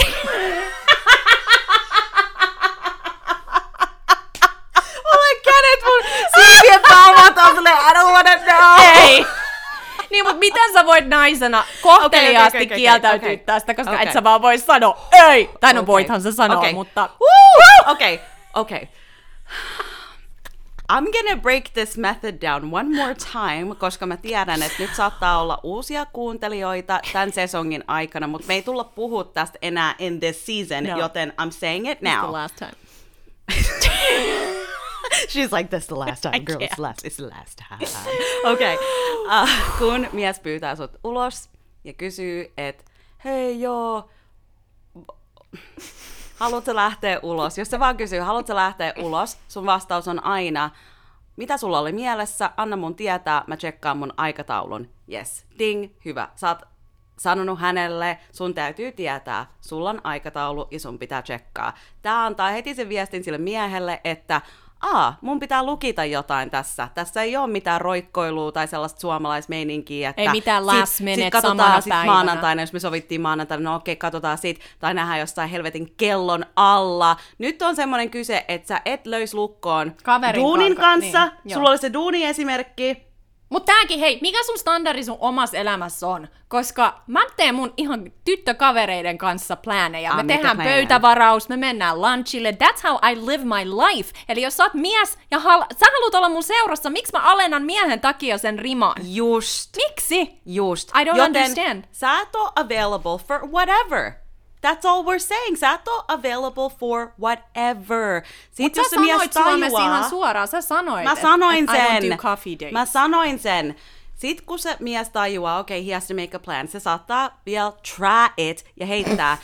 Speaker 2: Mulla kädet mun siipien palmat on silleen, I don't wanna know.
Speaker 1: Ei. Niin, mutta miten sä voit naisena kohteliaasti kieltäytyä tästä, koska et sä vaan voi sanoa ei! Tai no voithan sä sanoa, mutta...
Speaker 2: Okay. I'm gonna break this method down one more time, koska mä tiedän, että nyt saattaa olla uusia kuuntelijoita tämän sesongin aikana, mutta me ei tulla puhua tästä enää in this season, joten I'm saying it now.
Speaker 1: It's the last time.
Speaker 2: She's like, this the last time, girl, it's the last time. Okay. Kun mies pyytää sut ulos ja kysyy, että hei joo, haluatko lähteä ulos? Jos se vaan kysyy, haluatko lähteä ulos, sun vastaus on aina, mitä sulla oli mielessä, anna mun tietää, mä tsekkaan mun aikataulun. Yes, ding, hyvä. Sä oot sanonut hänelle, sun täytyy tietää, sulla on aikataulu ja sun pitää tsekkaa. Tää antaa heti sen viestin sille miehelle, että mun pitää lukita jotain tässä. Tässä ei ole mitään roikkoilua tai sellaista suomalaismeininkiä. Että
Speaker 1: ei mitään last minute
Speaker 2: samana
Speaker 1: päivänä.
Speaker 2: Maanantaina, jos me sovittiin maanantaina, no okei, katsotaan sit. Tai nähdään jossain helvetin kellon alla. Nyt on semmoinen kyse, että sä et löys lukkoon
Speaker 1: kaverin
Speaker 2: duunin kanssa.
Speaker 1: Niin,
Speaker 2: sulla oli se duuni-esimerkki.
Speaker 1: Mutta tääkin, hei, mikä sun standardi sun omassa elämässä on? Koska mä teen mun ihan tyttökavereiden kanssa plänejä. Me tehdään pöytävaraus, me mennään lunchille. That's how I live my life. Eli jos sä oot mies ja sä haluat olla mun seurassa, miksi mä alennan miehen takia sen riman?
Speaker 2: Just.
Speaker 1: Miksi?
Speaker 2: Just.
Speaker 1: I don't understand.
Speaker 2: Sä et oo available for whatever. That's all we're saying. Sä et oo available for whatever.
Speaker 1: Mutta sä sanoit Suomessa ihan suoraan. Sä sanoit,
Speaker 2: mä sanoin sen.
Speaker 1: I don't do coffee dates.
Speaker 2: Mä sanoin sen. Sitten kun se mies tajuaa, okay, he has to make a plan, se saattaa vielä try it ja heittää,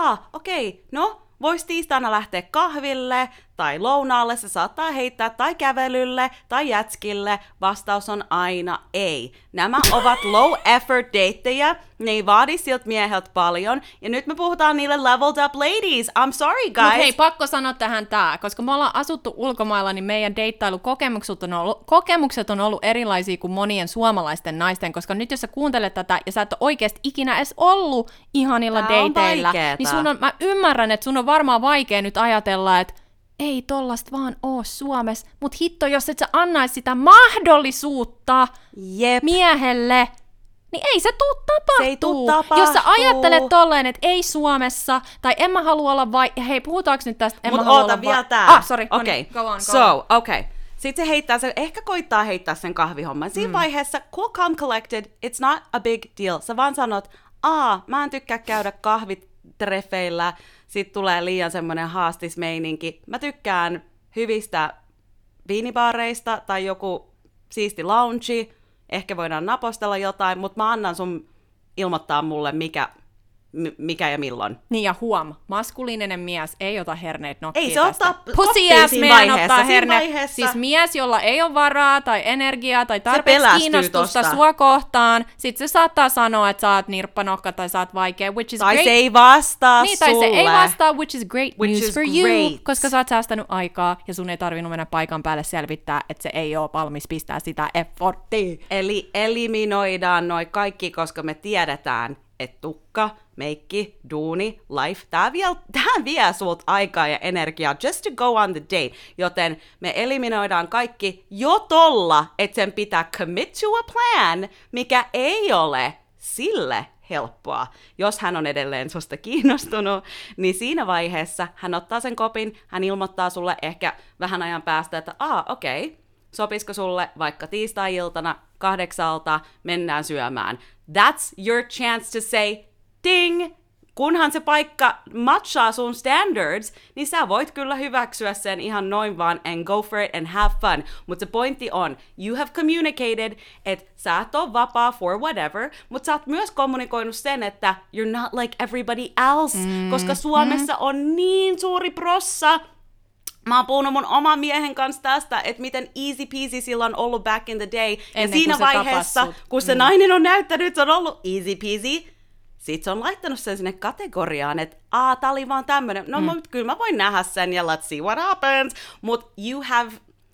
Speaker 2: no, vois tiistaina lähteä kahville tai lounaalle, se saattaa heittää tai kävelylle tai jätskille. Vastaus on aina ei. Nämä ovat low effort dateja, ne ei vaadi siltä mieheltä paljon, ja nyt me puhutaan niille leveled up ladies. I'm sorry, guys.
Speaker 1: Mut hei, pakko sanoa tähän tää, koska me ollaan asuttu ulkomailla, niin meidän deittailukokemukset on ollut erilaisia kuin monien suomalaisten naisten, koska nyt jos sä kuuntelet tätä ja sä et ole oikeasti ikinä edes ollut ihanilla dateilla, niin mä ymmärrän, että sun on varmaan vaikea nyt ajatella, että ei tollasta vaan oo Suomessa, mut hitto, jos et sä annais sitä mahdollisuutta miehelle, niin ei se tuu tapahtuu. Jos sä ajattelet tolleen, että ei Suomessa, tai en mä halua olla hei, puhutaanko nyt tästä?
Speaker 2: Mut oota vielä tää.
Speaker 1: Sorry.
Speaker 2: Okay.
Speaker 1: Go on.
Speaker 2: Sitten se heittää sen, ehkä koittaa heittää sen kahvihomman. Siinä vaiheessa, cool, calm, collected, it's not a big deal. Sä vaan sanot, mä en tykkää käydä kahvitreffeillä, sit tulee liian semmonen haastismeininki. Mä tykkään hyvistä viinibaareista tai joku siisti lounge, ehkä voidaan napostella jotain, mutta mä annan sun ilmoittaa mulle, mikä ja milloin.
Speaker 1: Niin ja maskuliininen mies ei ota herneet nokkiin.
Speaker 2: Ei se ottaa
Speaker 1: pussy ass man ottaa herneet. Siis mies, jolla ei ole varaa tai energiaa tai tarpeeksi kiinnostusta sua kohtaan, sit se saattaa sanoa, että sä oot nirppanokka tai sä oot vaikea, which is
Speaker 2: tai
Speaker 1: great.
Speaker 2: Se ei vastaa
Speaker 1: niin, tai
Speaker 2: sulle.
Speaker 1: se ei vastaa, which is great
Speaker 2: which
Speaker 1: news
Speaker 2: is
Speaker 1: for
Speaker 2: great.
Speaker 1: you, koska sä oot säästänyt aikaa ja sun ei tarvinnut mennä paikan päälle selvittää, että se ei ole valmis pistää sitä efforttia.
Speaker 2: Eli eliminoidaan noi kaikki, koska me tiedetään, että tukka, meikki, duuni, life, tää vie sulta aikaa ja energiaa just to go on the date. Joten me eliminoidaan kaikki jo tolla, että sen pitää commit to a plan, mikä ei ole sille helppoa. Jos hän on edelleen susta kiinnostunut, niin siinä vaiheessa hän ottaa sen kopin, hän ilmoittaa sulle ehkä vähän ajan päästä, että okei, sopisiko sulle vaikka tiistai-iltana 8 mennään syömään. That's your chance to say, ding! Kunhan se paikka matchaa sun standards, niin sä voit kyllä hyväksyä sen ihan noin vaan and go for it and have fun. Mutta se pointti on, you have communicated, että sä et ole vapaa for whatever, mutta sä oot myös kommunikoinut sen, että you're not like everybody else, koska Suomessa on niin suuri prossa. Mä oon puhunut mun oman miehen kanssa tästä, että miten easy peasy sillä on ollut back in the day. Ja siinä vaiheessa, kun se nainen on näyttänyt, että se on ollut easy peasy, sit se on laittanut sen sinne kategoriaan, että tää oli vaan tämmönen. No kyllä mä voin nähdä sen ja let's see what happens. Mut you have...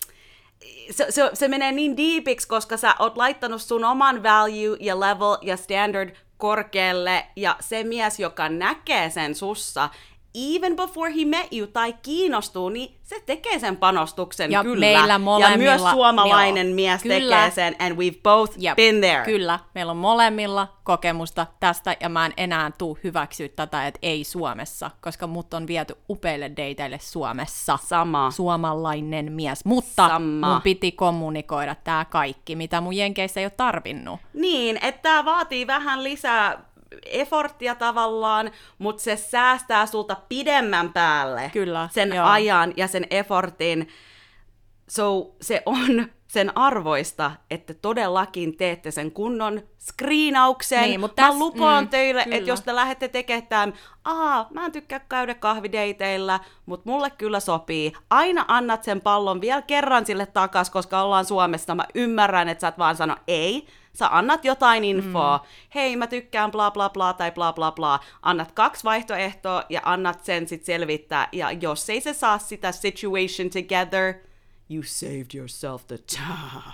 Speaker 2: Se menee niin deepiksi, koska sä oot laittanut sun oman value ja level ja standard korkealle. Ja se mies, joka näkee sen sussa, even before he met you tai kiinnostuu, niin se tekee sen panostuksen
Speaker 1: ja
Speaker 2: kyllä.
Speaker 1: Meillä molemmilla,
Speaker 2: ja myös suomalainen mies
Speaker 1: kyllä,
Speaker 2: tekee sen, and we've both been there.
Speaker 1: Kyllä, meillä on molemmilla kokemusta tästä, ja mä en enää tuu hyväksyä tätä, että ei Suomessa, koska mut on viety upeille dateille Suomessa.
Speaker 2: Sama.
Speaker 1: Suomalainen mies, mutta mun piti kommunikoida tää kaikki, mitä mun jenkeissä ei ole tarvinnut.
Speaker 2: Niin, että tää vaatii vähän lisää efforttia tavallaan, mutta se säästää sulta pidemmän päälle
Speaker 1: kyllä,
Speaker 2: sen ajan ja sen effortin. So, se on sen arvoista, että todellakin teette sen kunnon screenauksen. Niin, mä lupaan teille, että jos te lähdette tekemään tämän, mä en tykkää käydä kahvideiteillä, mutta mulle kyllä sopii. Aina annat sen pallon vielä kerran sille takas, koska ollaan Suomessa. Mä ymmärrän, että sä et vaan sano ei. Sä annat jotain infoa. Hei, mä tykkään bla bla bla tai bla bla bla. Annat 2 vaihtoehtoa ja annat sen sit selvittää. Ja jos ei se saa sitä situation together, you saved yourself the time.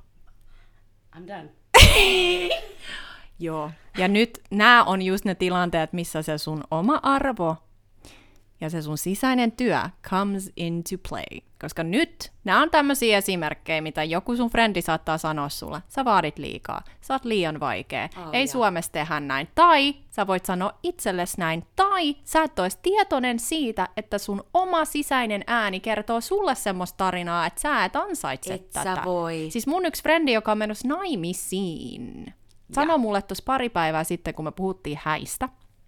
Speaker 2: I'm done.
Speaker 1: Joo. Ja nyt nämä on just ne tilanteet, missä se sun oma arvo ja se sun sisäinen työ comes into play. Koska nyt nämä on tämmöisiä esimerkkejä, mitä joku sun frendi saattaa sanoa sulle. Sä vaadit liikaa, sä oot liian vaikea, ei Suomessa tehdä näin. Tai sä voit sanoa itsellesi näin, tai sä et ois tietoinen siitä, että sun oma sisäinen ääni kertoo sulle semmoista tarinaa, että sä et ansaitse tätä.
Speaker 2: Sä voi.
Speaker 1: Siis mun yksi frendi, joka on menossa naimisiin, sanoi mulle tuossa pari päivää sitten, kun me puhuttiin häistä.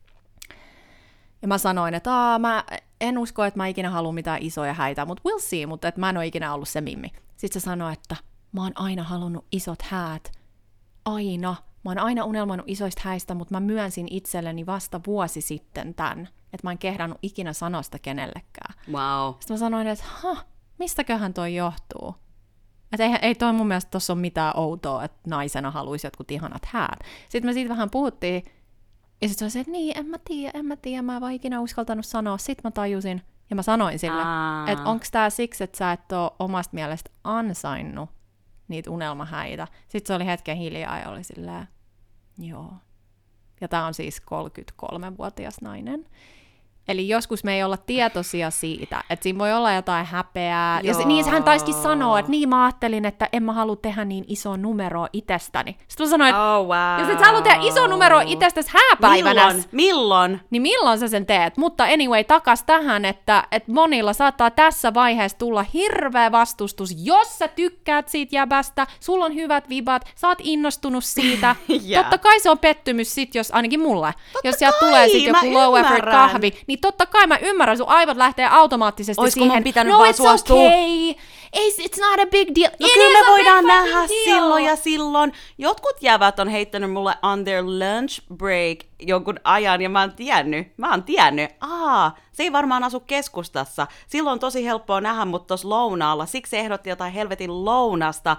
Speaker 1: Ja mä sanoin, että mä en usko, että mä ikinä haluan mitään isoja häitä, mutta we'll see, mutta että mä en ole ikinä ollut se mimmi. Sitten se sanoi, että mä oon aina halunnut isot häät. Aina. Mä oon aina unelmoinut isoista häistä, mutta mä myönsin itselleni vasta vuosi sitten tän, että mä en kehdannut ikinä sanoa sitä kenellekään.
Speaker 2: Wow.
Speaker 1: Sitten mä sanoin, että mistäköhän toi johtuu? Että ei toi mun mielestä tossa ole mitään outoa, että naisena haluaisi jotkut ihanat häät. Sitten me siitä vähän puhuttiin, ja sitten se oli se, että niin, en mä tiedä, mä en vaan ikinä uskaltanut sanoa. Sitten mä tajusin, ja mä sanoin sille, että onko tää siksi, että sä et ole omasta mielestä ansainnut niitä unelmahäitä. Sitten se oli hetken hiljaa ja oli silleen, joo. Ja tää on siis 33-vuotias nainen. Eli joskus me ei olla tietoisia siitä, että siinä voi olla jotain häpeää. Ja niin hän taisikin sanoa, että niin mä ajattelin, että en mä halua tehdä niin iso numeroa itsestäni. Sitten mä sanoin, että jos et sä halua tehdä iso numeroa itsestäsi hääpäivänä.
Speaker 2: Milloin?
Speaker 1: Niin milloin sä sen teet? Mutta anyway, takas tähän, että monilla saattaa tässä vaiheessa tulla hirveä vastustus. Jos sä tykkäät siitä jäbästä, sulla on hyvät vibat, sä oot innostunut siitä. Totta kai se on pettymys sit, jos ainakin mulle. Jos sieltä tulee sit joku low effort kahvi, niin totta kai mä ymmärrän, sun aivot lähtee automaattisesti
Speaker 2: oisko
Speaker 1: siihen,
Speaker 2: mun pitänyt vaan suostua?
Speaker 1: Okay. It's not a big deal.
Speaker 2: No kyllä me voidaan nähdä silloin ja silloin. Jotkut jävät on heittänyt mulle on their lunch break jonkun ajan, ja mä oon tiennyt, se ei varmaan asu keskustassa. Silloin on tosi helppoa nähdä mut tossa lounaalla, siksi ehdotti jotain helvetin lounasta.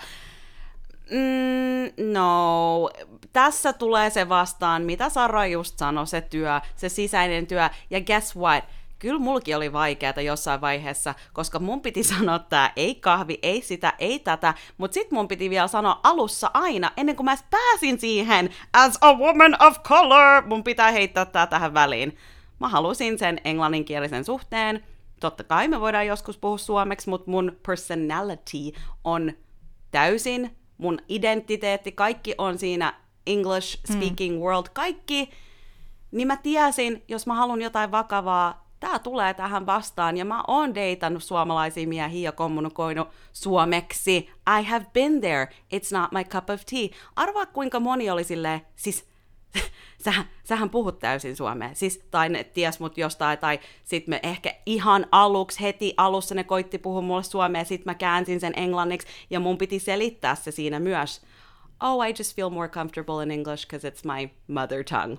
Speaker 2: No, tässä tulee se vastaan, mitä Sara just sanoi, se työ, se sisäinen työ, ja guess what? kyllä mulki oli vaikeata jossain vaiheessa, koska mun piti sanoa tää ei kahvi, ei sitä, ei tätä, mutta sit mun piti vielä sanoa alussa aina, ennen kuin mä pääsin siihen, as a woman of color, mun pitää heittää tää tähän väliin. Mä halusin sen englanninkielisen suhteen. Totta kai me voidaan joskus puhua suomeksi, mutta mun personality on täysin, mun identiteetti, kaikki on siinä English speaking world, kaikki, niin mä tiesin, jos mä haluan jotain vakavaa, tää tulee tähän vastaan, ja mä oon deitannut suomalaisia miehiä ja kommunikoinut suomeksi. I have been there, it's not my cup of tea. Arvaa kuinka moni oli silleen, siis sähän puhut täysin suomea, siis, tai ne ties mut jostain, tai sit me ehkä ihan heti alussa ne koitti puhua mulle suomea, ja sit mä käänsin sen englanniksi, ja mun piti selittää se siinä myös. Oh, I just feel more comfortable in English because it's my mother tongue.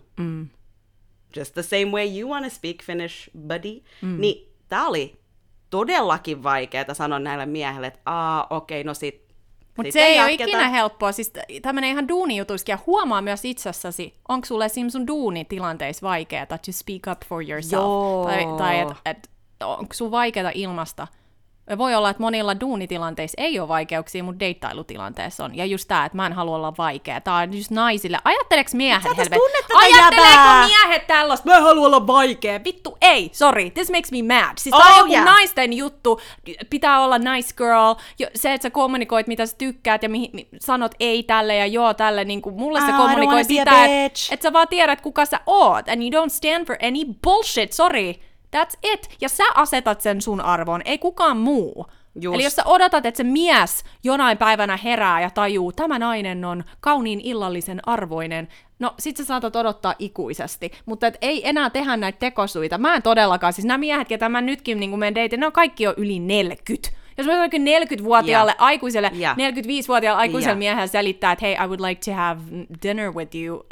Speaker 2: Just the same way you want to speak Finnish, buddy. Niin tää oli todellakin vaikeaa sanoa näille miehille, että okei, no sit.
Speaker 1: Mutta se ei ole ikinä helppoa. Siis tämmönen ihan duunijutuiskin, ja huomaa myös itsessäsi, onko sulle esim. Sun duunitilanteissa vaikeaa to speak up for yourself?
Speaker 2: Joo.
Speaker 1: Tai onko sun vaikeaa ilmasta? Voi olla, että monilla duunitilanteissa ei ole vaikeuksia, mutta deittailutilanteessa on. Ja just tää, että mä en halua olla vaikea. Tää on just naisille. Ajatteleeko miehet, ajatteleeko miehet tällaista? Mä haluan olla vaikea. Vittu, ei. Sorry. This makes me mad. Siis tää on joku naisten juttu. Pitää olla nice girl. Se, että sä kommunikoit, mitä sä tykkäät ja sanot ei tälle ja joo tälle. Niin kuin mulle sä kommunikoi sitä, että sä vaan tiedät, kuka sä oot. And you don't stand for any bullshit. Sorry. That's it. Ja sä asetat sen sun arvoon, ei kukaan muu. Just. Eli jos sä odotat, että se mies jonain päivänä herää ja tajuu, tämä nainen on kauniin illallisen arvoinen, no sit sä saatat odottaa ikuisesti. Mutta ei enää tehdä näitä tekosuita. Mä en todellakaan, siis nämä miehet, ketä mä nytkin niin meidän deitin, ne on kaikki jo yli 40. Jos mä jollakin 40-vuotiaalle aikuiselle, 45-vuotiaalle aikuiselle miehelle selittää, että hey, I would like to have dinner with you.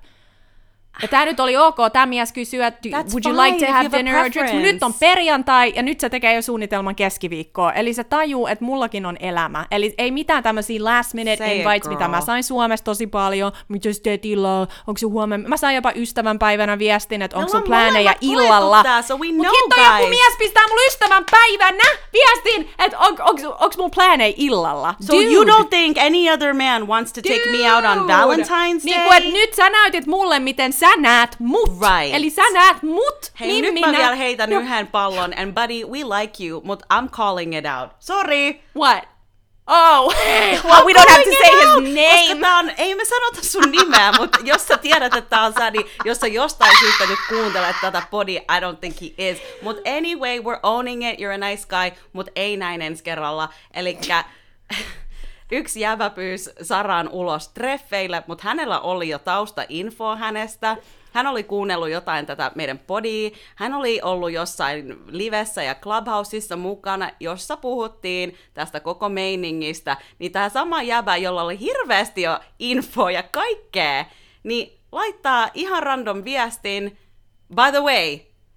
Speaker 1: Ja tää nyt oli ok, tämä mies kysyy, että would you like to have dinner or drinks? Nyt on perjantai ja nyt se tekee jo suunnitelman keskiviikkoa. Eli se tajuu, että mullakin on elämä. Eli ei mitään tämmöisiä last minute invites, mitä mä sain Suomessa tosi paljon. Mitä sä teet illalla? Onko se huomenna? Mä sain jopa ystävänpäivänä viestin, että onko sun plänejä illalla. Mut hitto joku mies pistää mulle ystävänpäivänä viestin, että onko mun plänejä illalla.
Speaker 2: So you don't think any other man wants to take me out on Valentine's Day?
Speaker 1: Niin kuin, että nyt sä näytit mulle, miten sä näet mut.
Speaker 2: Right.
Speaker 1: Eli sä näet mut,
Speaker 2: hei,
Speaker 1: niin
Speaker 2: nyt
Speaker 1: minä.
Speaker 2: mä vielä heitän yhden pallon, and buddy, we like you, but I'm calling it out. Sorry.
Speaker 1: What? Oh, well, we don't have to say his name.
Speaker 2: Ei me sanota sun nimeä, mutta jos sä tiedät, että tää on sä, niin jos sä jostain syystä nyt kuuntelet tätä podia, I don't think he is. But anyway, we're owning it, you're a nice guy, mutta ei näin ensi kerralla. Elikkä yksi jäbä pyysi Saran ulos treffeille, mutta hänellä oli jo taustainfoa hänestä. Hän oli kuunnellut jotain tätä meidän podia. Hän oli ollut jossain livessä ja Clubhouseissa mukana, jossa puhuttiin tästä koko meiningistä. Niin tämä sama jäbä, jolla oli hirveästi jo infoa ja kaikkea, niin laittaa ihan random viestin. By the way,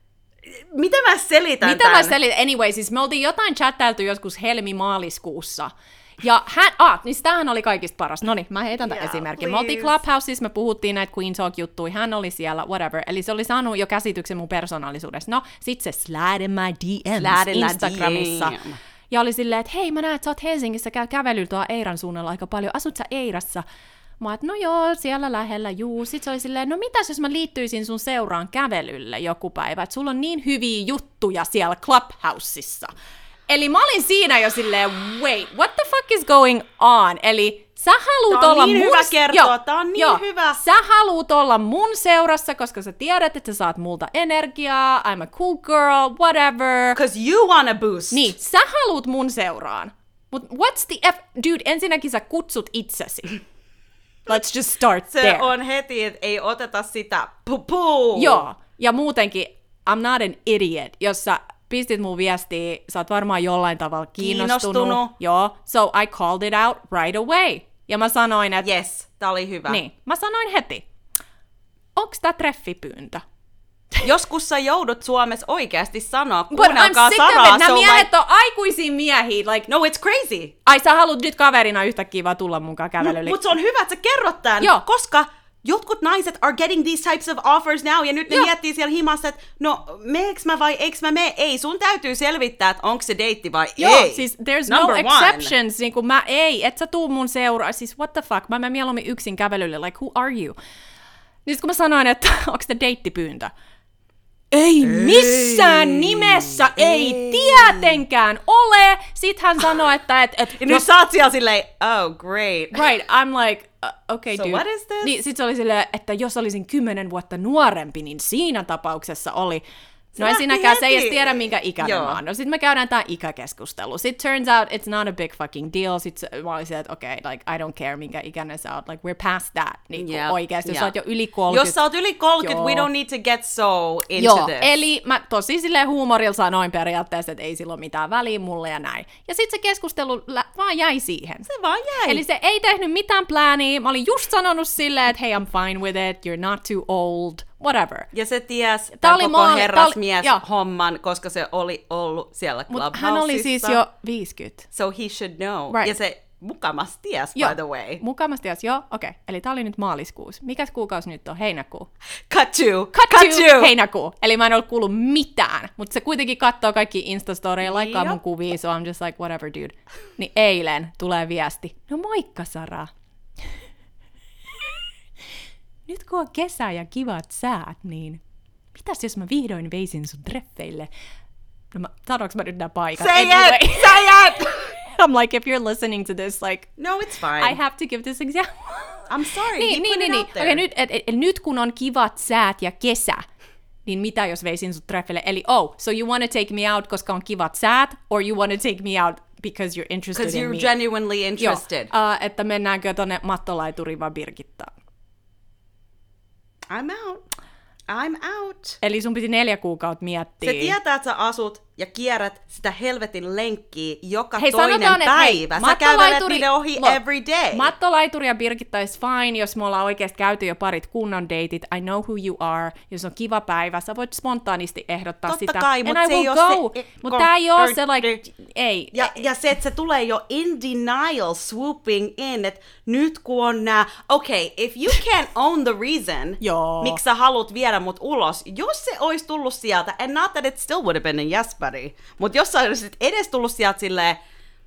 Speaker 2: mitä mä selitän tämän?
Speaker 1: Anyway, siis me oltiin jotain chattailtu joskus helmi-maaliskuussa. Ja niin tämähän oli kaikista paras. Noniin, mä heitän tämän esimerkin. Me oltiin Clubhouseissa, me puhuttiin näitä Queen Talk-juttuja, hän oli siellä, whatever. Eli se oli saanut jo käsityksen mun persoonallisuudesta. No, sit se slide in my DMs Instagramissa. Ja oli silleen, että hei, mä näen, että sä oot Helsingissä, käy kävelyllä tuolla Eiran suunnalla aika paljon. Asut sä Eirassa? Mä oon, no joo, siellä lähellä, juu. Sit se oli silleen, no mitäs jos mä liittyisin sun seuraan kävelylle joku päivä, että sulla on niin hyviä juttuja siellä Clubhouseissa. Eli mä olin siinä jo silleen, wait, what the fuck is going on? Eli sä haluut olla
Speaker 2: niin hyvä kertoa, tää on niin hyvä.
Speaker 1: Sä haluut olla mun seurassa, koska sä tiedät, että sä saat multa energiaa, I'm a cool girl, whatever.
Speaker 2: 'Cause you wanna boost.
Speaker 1: Niin, sä haluut mun seuraan. Mut what's the dude, ensinnäkin sä kutsut itsesi. Let's just start there.
Speaker 2: Se on heti, että ei oteta sitä pupuu.
Speaker 1: Joo, ja muutenkin, I'm not an idiot, jos sä pistit mun viestiä, sä oot varmaan jollain tavalla kiinnostunut. Joo, so I called it out right away. Ja mä sanoin, että
Speaker 2: yes, tää oli hyvä.
Speaker 1: Niin, mä sanoin heti, onks tää treffipyyntö?
Speaker 2: Joskus sä joudut Suomessa oikeasti sanoa, kuunnelkaa Saraa.
Speaker 1: Nämä miehet on aikuisia miehiä. Like,
Speaker 2: no, it's crazy.
Speaker 1: Ai sä haluat nyt kaverina yhtäkkiä vaan tulla munkaan kävelylle.
Speaker 2: Mut se on hyvä, että sä kerrot tän, koska jotkut naiset are getting these types of offers now, ja nyt ne miettii siellä himassa, että no, meeks mä vai eiks mä mene? Ei, sun täytyy selvittää, että onko se deitti vai ei.
Speaker 1: Siis there's no exceptions, niin kuin et sä tuu mun seuraa, siis what the fuck, mä mieluummin yksin kävelylle, like who are you? Niin kun mä sanoin, että onko se deittipyyntö? Ei missään nimessä, ei tietenkään ole. Sitten hän sanoi, että
Speaker 2: ja nyt sä oot siellä silleen, oh great.
Speaker 1: Right, I'm like, okay,
Speaker 2: so
Speaker 1: dude.
Speaker 2: What is this?
Speaker 1: Niin, sit se oli silleen, että jos olisin 10 vuotta nuorempi, niin siinä tapauksessa oli. No ensinnäkään se ei edes tiedä, minkä ikäinen mä oon. No sit me käydään tää ikäkeskustelu. Sit turns out it's not a big fucking deal. Sit mä olisin, että okay, like I don't care, minkä ikäinen sä oot. Like we're past that. Niin oikeesti, jos sä oot jo yli 30.
Speaker 2: Jos sä oot yli 30, we don't need to get so into this.
Speaker 1: Eli mä tosi silleen huumorilla sanoin periaatteessa, että ei sillä ole mitään väliä mulle ja näin. Ja sit se keskustelu vaan jäi siihen.
Speaker 2: Se vaan jäi.
Speaker 1: Eli se ei tehnyt mitään plania. Mä olin just sanonut silleen, että hey, I'm fine with it, you're not too old. Whatever.
Speaker 2: Ja se ties tämän koko herrasmies homman, koska se oli ollut siellä Clubhouseissa.
Speaker 1: Hän oli siis jo 50.
Speaker 2: So he should know. Right. Ja se mukamas ties, by the way.
Speaker 1: Mukamas ties, okei. Eli tää oli nyt maaliskuussa. Mikäs kuukausi nyt on? Heinäkuu.
Speaker 2: Cut to.
Speaker 1: Heinäkuu. Eli mä en ollut kuullut mitään. Mutta se kuitenkin katsoo kaikki Instastoreja, laikkaa mun kuvia, so I'm just like, whatever, dude. Niin eilen tulee viesti. No moikka, Sara. Nyt kun on kesä ja kivat säät, niin mitäs jos mä vihdoin veisin sun treffeille? No sanoinko mä nyt nää paikat?
Speaker 2: Say it!
Speaker 1: I'm like, if you're listening to this, like...
Speaker 2: No, it's fine.
Speaker 1: I have to give this example.
Speaker 2: I'm sorry, niin.
Speaker 1: Okay, nyt kun on kivat säät ja kesä, niin mitä jos veisin sun treffeille? Eli, so you want to take me out, koska on kivat säät, or you want to take me out because you're interested in me?
Speaker 2: Because you're genuinely interested.
Speaker 1: Että mennäänkö tonne mattolaituriin vai Birgittaan?
Speaker 2: I'm out.
Speaker 1: Eli sun piti 4 kuukautta miettiä.
Speaker 2: Se tietää, että sä asut ja kierrät sitä helvetin lenkkiä joka toinen päivä. Sä kävelet niiden ohi every day.
Speaker 1: Mattolaituri ja Birgitta is fine, jos me ollaan oikeasti käyty jo parit kunnon deitit. I know who you are. Jos on kiva päivä, sä voit spontaanisti ehdottaa
Speaker 2: totta
Speaker 1: sitä.
Speaker 2: Totta kai, mutta se ei ole se...
Speaker 1: Mutta tää ei ole se, like, ei.
Speaker 2: Ja se, että se tulee jo in denial, swooping in, että nyt kun on nää... Okay, if you can't own the reason, miksi sä haluat viedä mut ulos, jos se olisi tullut sieltä, and not that it still would have been a yes buddy, mutta jos sä olisit edes tullut sieltä silleen,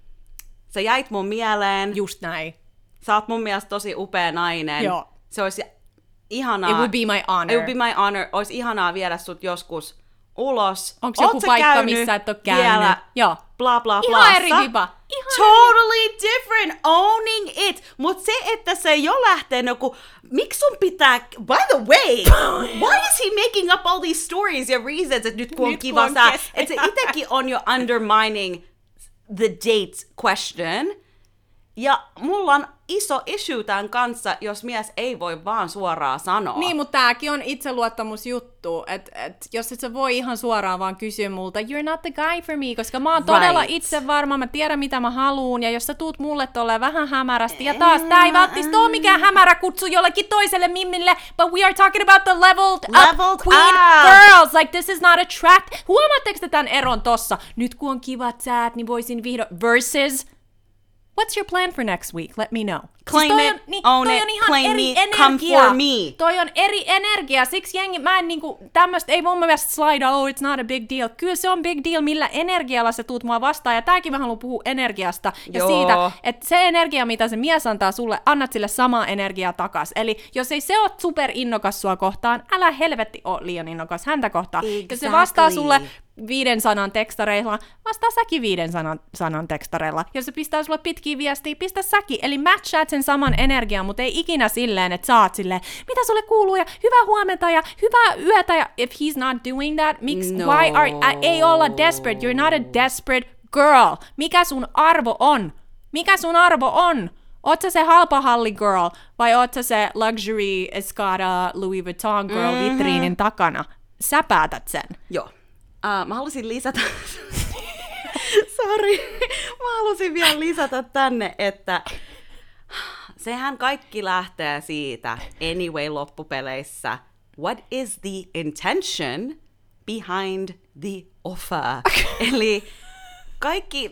Speaker 2: sä jäit mun mieleen.
Speaker 1: Just näin.
Speaker 2: Sä oot mun mielestä tosi upea nainen.
Speaker 1: Joo.
Speaker 2: Se olisi ihanaa.
Speaker 1: It would be my honor.
Speaker 2: It would be my honor. Olisi ihanaa viedä sut joskus ulos.
Speaker 1: Onko joku paikka, missä et ole käynyt? Joo.
Speaker 2: Bla bla bla.
Speaker 1: Ihan eri viba.
Speaker 2: Totally different. Owning it. Mut se, että se jo lähtee joku... Miksi sun pitää... By the way, why is he making up all these stories ja reasons, että nyt kun on kiva sää? Että se itekin on jo undermining the date question. Ja mulla on iso issue tämän kanssa, jos mies ei voi vaan suoraan sanoa.
Speaker 1: Niin, mutta tääkin on itseluottamusjuttu, että jos et sä voi ihan suoraan vaan kysyä multa, you're not the guy for me, koska mä oon todella itse varma, mä tiedän mitä mä haluun, ja jos sä tuut mulle tolleen vähän hämärästi, ja taas tää ei välttämättä ole mikään hämärä kutsu jollekin toiselle mimmille, but we are talking about the leveled up queen girls, like this is not a trap. Huomaatteko te tämän eron tossa? Nyt kun on kivat säät, niin voisin vihdoin, versus... What's your plan for next week? Let me know.
Speaker 2: Claim it, own it, claim me, come for me.
Speaker 1: Toi on eri energia, siksi jengi, mä en tämmöstä ei mun mielestä slida, it's not a big deal. Kyllä se on big deal, millä energialla sä tuut mua vastaan, ja tääkin mä haluan puhua energiasta, ja siitä, että se energia, mitä se mies antaa sulle, annat sille samaa energiaa takas. Eli jos ei se ole super innokas sua kohtaan, älä helvetti ole liian innokas häntä kohtaan. Exactly. Jos se vastaa sulle 500 tekstareilla, vastaa säkin 500 tekstareilla. Jos se pistää sulle pitkiä viestiä, pistä säkin. Eli matchaat sen saman energian, mutta ei ikinä silleen, että sä oot silleen, mitä sulle kuuluu, ja hyvää huomenta, ja hyvää yötä, ja if he's not doing that, why are, ei olla desperate, you're not a desperate girl. Mikä sun arvo on? Mikä sun arvo on? Oot sä se halpahalli girl, vai oot sä se luxury Escada Louis Vuitton girl vitriinin takana? Sä päätät sen.
Speaker 2: Joo. Mä halusin lisätä... Sorry. Mä halusin vielä lisätä tänne, että sehän kaikki lähtee siitä anyway loppupeleissä. What is the intention behind the offer? Eli kaikki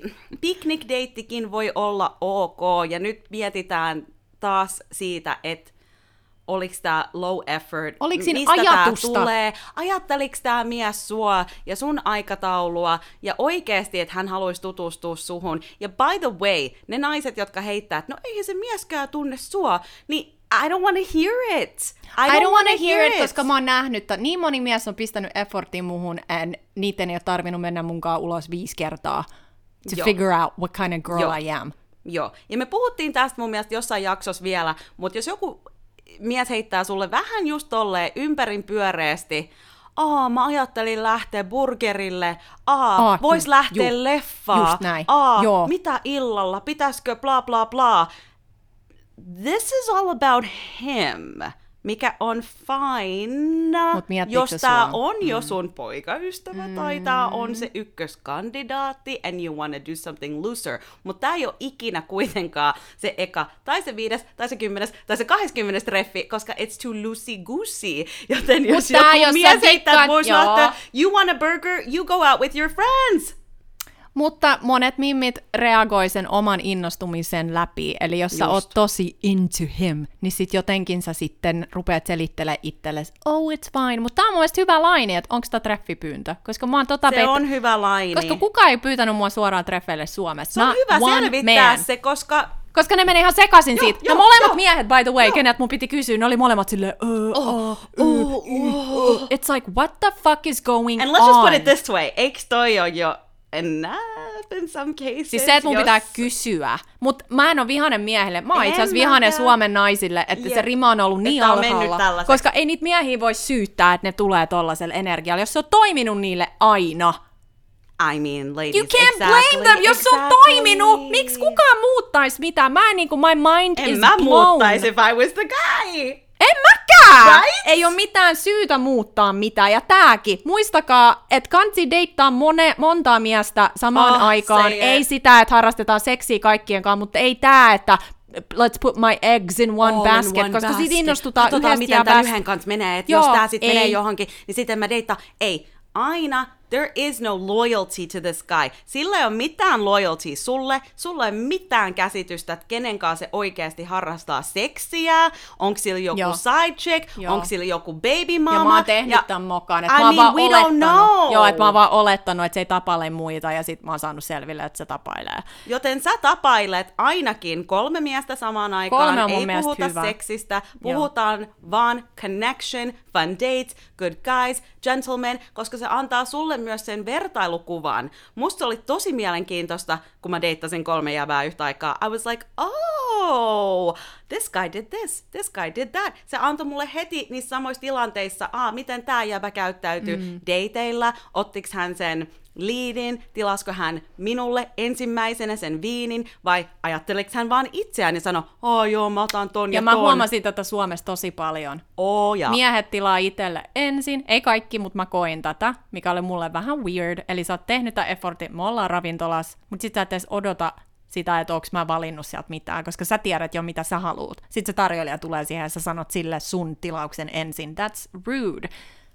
Speaker 2: picnic-deittikin voi olla ok, ja nyt mietitään taas siitä, että oliks tää low effort,
Speaker 1: Oliko siinä
Speaker 2: mistä
Speaker 1: ajatusta?
Speaker 2: tää tulee, ajatteliks tää mies sua ja sun aikataulua, ja oikeesti, että hän haluaisi tutustua suhun. Ja by the way, ne naiset, jotka heittää, että no ei se mieskään tunne sua, niin I don't want to hear it.
Speaker 1: I don't want to hear it, koska mä oon nähnyt, että niin moni mies on pistänyt effortin muhun, and niiden ei ole tarvinnut mennä munkaan ulos 5 kertaa to figure out what kind of girl I am.
Speaker 2: Joo, ja me puhuttiin tästä mun mielestä jossain jaksossa vielä, mutta jos joku mies heittää sulle vähän just tolleen ympärin pyöreästi, mä ajattelin lähteä burgerille, vois lähteä leffaan,
Speaker 1: just näin.
Speaker 2: Mitä illalla, pitäisikö bla bla bla. This is all about him, mikä on fine, jos tää on jo sun poikaystävä tai tää on se ykköskandidaatti and you wanna do something looser. Mutta tää ei ole ikinä kuitenkaan se eka, tai se 5, tai se 10, tai se 20 treffi, koska it's too loosey-goosey. Joten jos joku mies heittää pois lähteä, you want a burger, you go out with your friends.
Speaker 1: Mutta monet mimmit reagoi sen oman innostumisen läpi, eli jos sä oot tosi into him, niin sit jotenkin sä sitten rupeat selittelemään itsellesi, oh it's fine, mutta tää on mun mielestä hyvä laini, että onko tää treffipyyntö, koska mä oon
Speaker 2: on hyvä laini.
Speaker 1: Koska kukaan ei pyytänyt mua suoraan treffeille Suomessa.
Speaker 2: Se on hyvä selvittää se,
Speaker 1: koska ne meni ihan sekaisin siitä. Ja molemmat miehet, by the way, kenet mun piti kysyä, ne oli molemmat silleen, it's like, what the fuck is going on?
Speaker 2: And let's just put it this way, eiks toi on jo enough in some cases.
Speaker 1: Siis se, että mun pitää kysyä. Mutta mä en ole vihainen miehelle. Mä oon itse asiassa vihainen Suomen naisille, että se rima on ollut niin alhaalla. Koska ei niitä miehiä voi syyttää, että ne tulee tollasella energialla, jos se on toiminut niille aina.
Speaker 2: I mean, ladies,
Speaker 1: you can't blame them, jos se on toiminut. Miksi kukaan muuttais mitään? My mind is blown.
Speaker 2: En mä muuttais if I was the guy.
Speaker 1: En mäkään!
Speaker 2: Right?
Speaker 1: Ei ole mitään syytä muuttaa mitään. Ja tääkin. Muistakaa, että kansi deittaa montaa miestä samaan aikaan. Ei sitä, että harrastetaan seksiä kaikkienkaan, mutta ei tää, että let's put my eggs in one basket, koska sit innostutaan yhdestä
Speaker 2: miten tämän yhden kanssa menee. Että jos tää sit menee johonkin, niin sitten mä deittaan. Ei, aina there is no loyalty to this guy. Sillä ei ole mitään loyalty sulle ei ole mitään käsitystä, että kenen kanssa se oikeasti harrastaa seksiä, onko sillä joku side chick, onko sillä joku baby mama.
Speaker 1: Ja mä oon tehnyt tämän mokaan, että mä oon vaan olettanut, että se ei tapaile muita, ja sit mä oon saanut selville, että se tapailee.
Speaker 2: Joten sä tapailet ainakin 3 miestä samaan aikaan, ei puhuta seksistä, puhutaan vaan connection, fun dates, good guys, gentlemen, koska se antaa sulle myös sen vertailukuvan. Musta oli tosi mielenkiintoista, kun mä deittasin 3 jäbää yhtä aikaa. I was like, oh, this guy did this guy did that. Se antoi mulle heti niissä samoissa tilanteissa, miten tää jäbä käyttäytyy dateilla, ottiks hän sen leadin, tilasko hän minulle ensimmäisenä sen viinin, vai ajatteliks hän vaan itseään ja sanoi, joo, mä otan ton ja
Speaker 1: mä huomasin tätä Suomessa tosi paljon. Miehet tilaa itselle ensin, ei kaikki, mutta mä koin tätä, mikä oli mulle vähän weird, eli sä oot tehnyt tämän effortin, me ollaan ravintolassa, mutta sit sä et edes odota sitä, että onko mä valinnut sieltä mitään, koska sä tiedät jo, mitä sä haluut. Sitten se tarjoilija tulee siihen ja sä sanot sille sun tilauksen ensin. That's rude.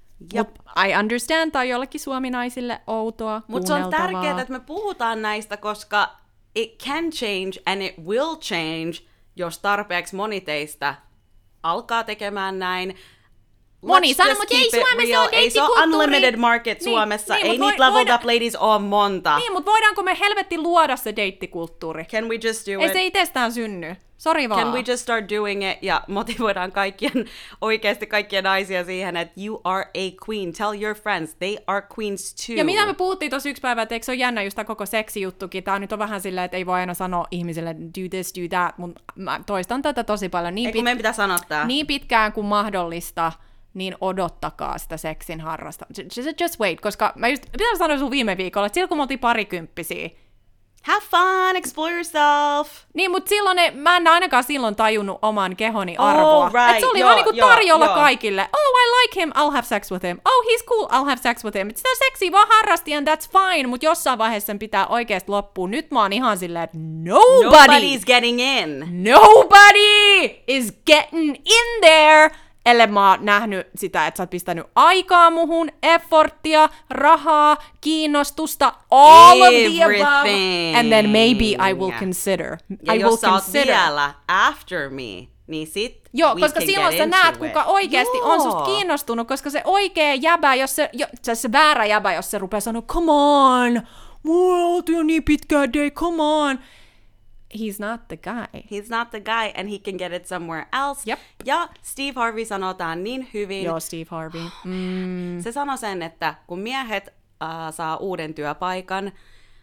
Speaker 1: I understand, tai jollekin suominaisille outoa,
Speaker 2: mutta se on tärkeää, että me puhutaan näistä, koska it can change and it will change, jos tarpeeksi moni teistä alkaa tekemään näin.
Speaker 1: Moni sanoo, mutta ei Suomessa ole
Speaker 2: ei se ole unlimited market Suomessa, ei niitä leveled up ladies ole monta.
Speaker 1: Niin, mutta voidaanko me helvetti luoda se deittikulttuuri?
Speaker 2: Can we just do it?
Speaker 1: Ei se itsestään synny. Sori vaan.
Speaker 2: Can we just start doing it ja motivoidaan oikeasti kaikkia naisia siihen, että you are a queen. Tell your friends, they are queens too.
Speaker 1: Ja mitä me puhuttiin tuossa yksi päivä, että eikö se ole jännä just tämä koko seksijuttukin. Tämä nyt on vähän silleen, että ei voi aina sanoa ihmisille do this, do that, mutta mä toistan tätä tosi paljon.
Speaker 2: Meidän pitää sanoa tää.
Speaker 1: Niin pitkään kuin mahdollista, niin odottakaa sitä seksin harrasta. Just wait, koska mä just, mitä mä sanoin sun viime viikolla, että silloin kun me oltiin parikymppisiä,
Speaker 2: have fun, explore yourself.
Speaker 1: Niin, mutta silloin mä en ainakaan silloin tajunnut oman kehoni arvoa.
Speaker 2: Right.
Speaker 1: Et se oli vaan niinku tarjolla kaikille. Oh, I like him, I'll have sex with him. Oh, he's cool, I'll have sex with him. Et sitä seksiä vaan harrasti and that's fine, mutta jossain vaiheessa sen pitää oikeasti loppua. Nyt mä oon ihan silleen, että
Speaker 2: nobody's getting in.
Speaker 1: Nobody is getting in there. Ellei mä oon nähnyt sitä, että sä oot pistänyt aikaa muhun, efforttia, rahaa, kiinnostusta, all of the above, and then maybe I will consider.
Speaker 2: Ja jos sä oot vielä after me, niin sit
Speaker 1: Joo,
Speaker 2: we
Speaker 1: koska
Speaker 2: can
Speaker 1: silloin
Speaker 2: get
Speaker 1: sä
Speaker 2: into
Speaker 1: näet,
Speaker 2: it.
Speaker 1: kuka oikeasti on
Speaker 2: Joo.
Speaker 1: susta kiinnostunut, koska se oikea jäbä, jos se väärä jäbä, jos se rupeaa sanoa, come on, mulla on oltu jo niin pitkään day, come on. He's not the guy.
Speaker 2: He's not the guy, and he can get it somewhere else.
Speaker 1: Yep.
Speaker 2: Ja Steve Harvey sanoo tämän niin hyvin.
Speaker 1: Joo, Steve Harvey.
Speaker 2: Se sanoi sen, että kun miehet saa uuden työpaikan,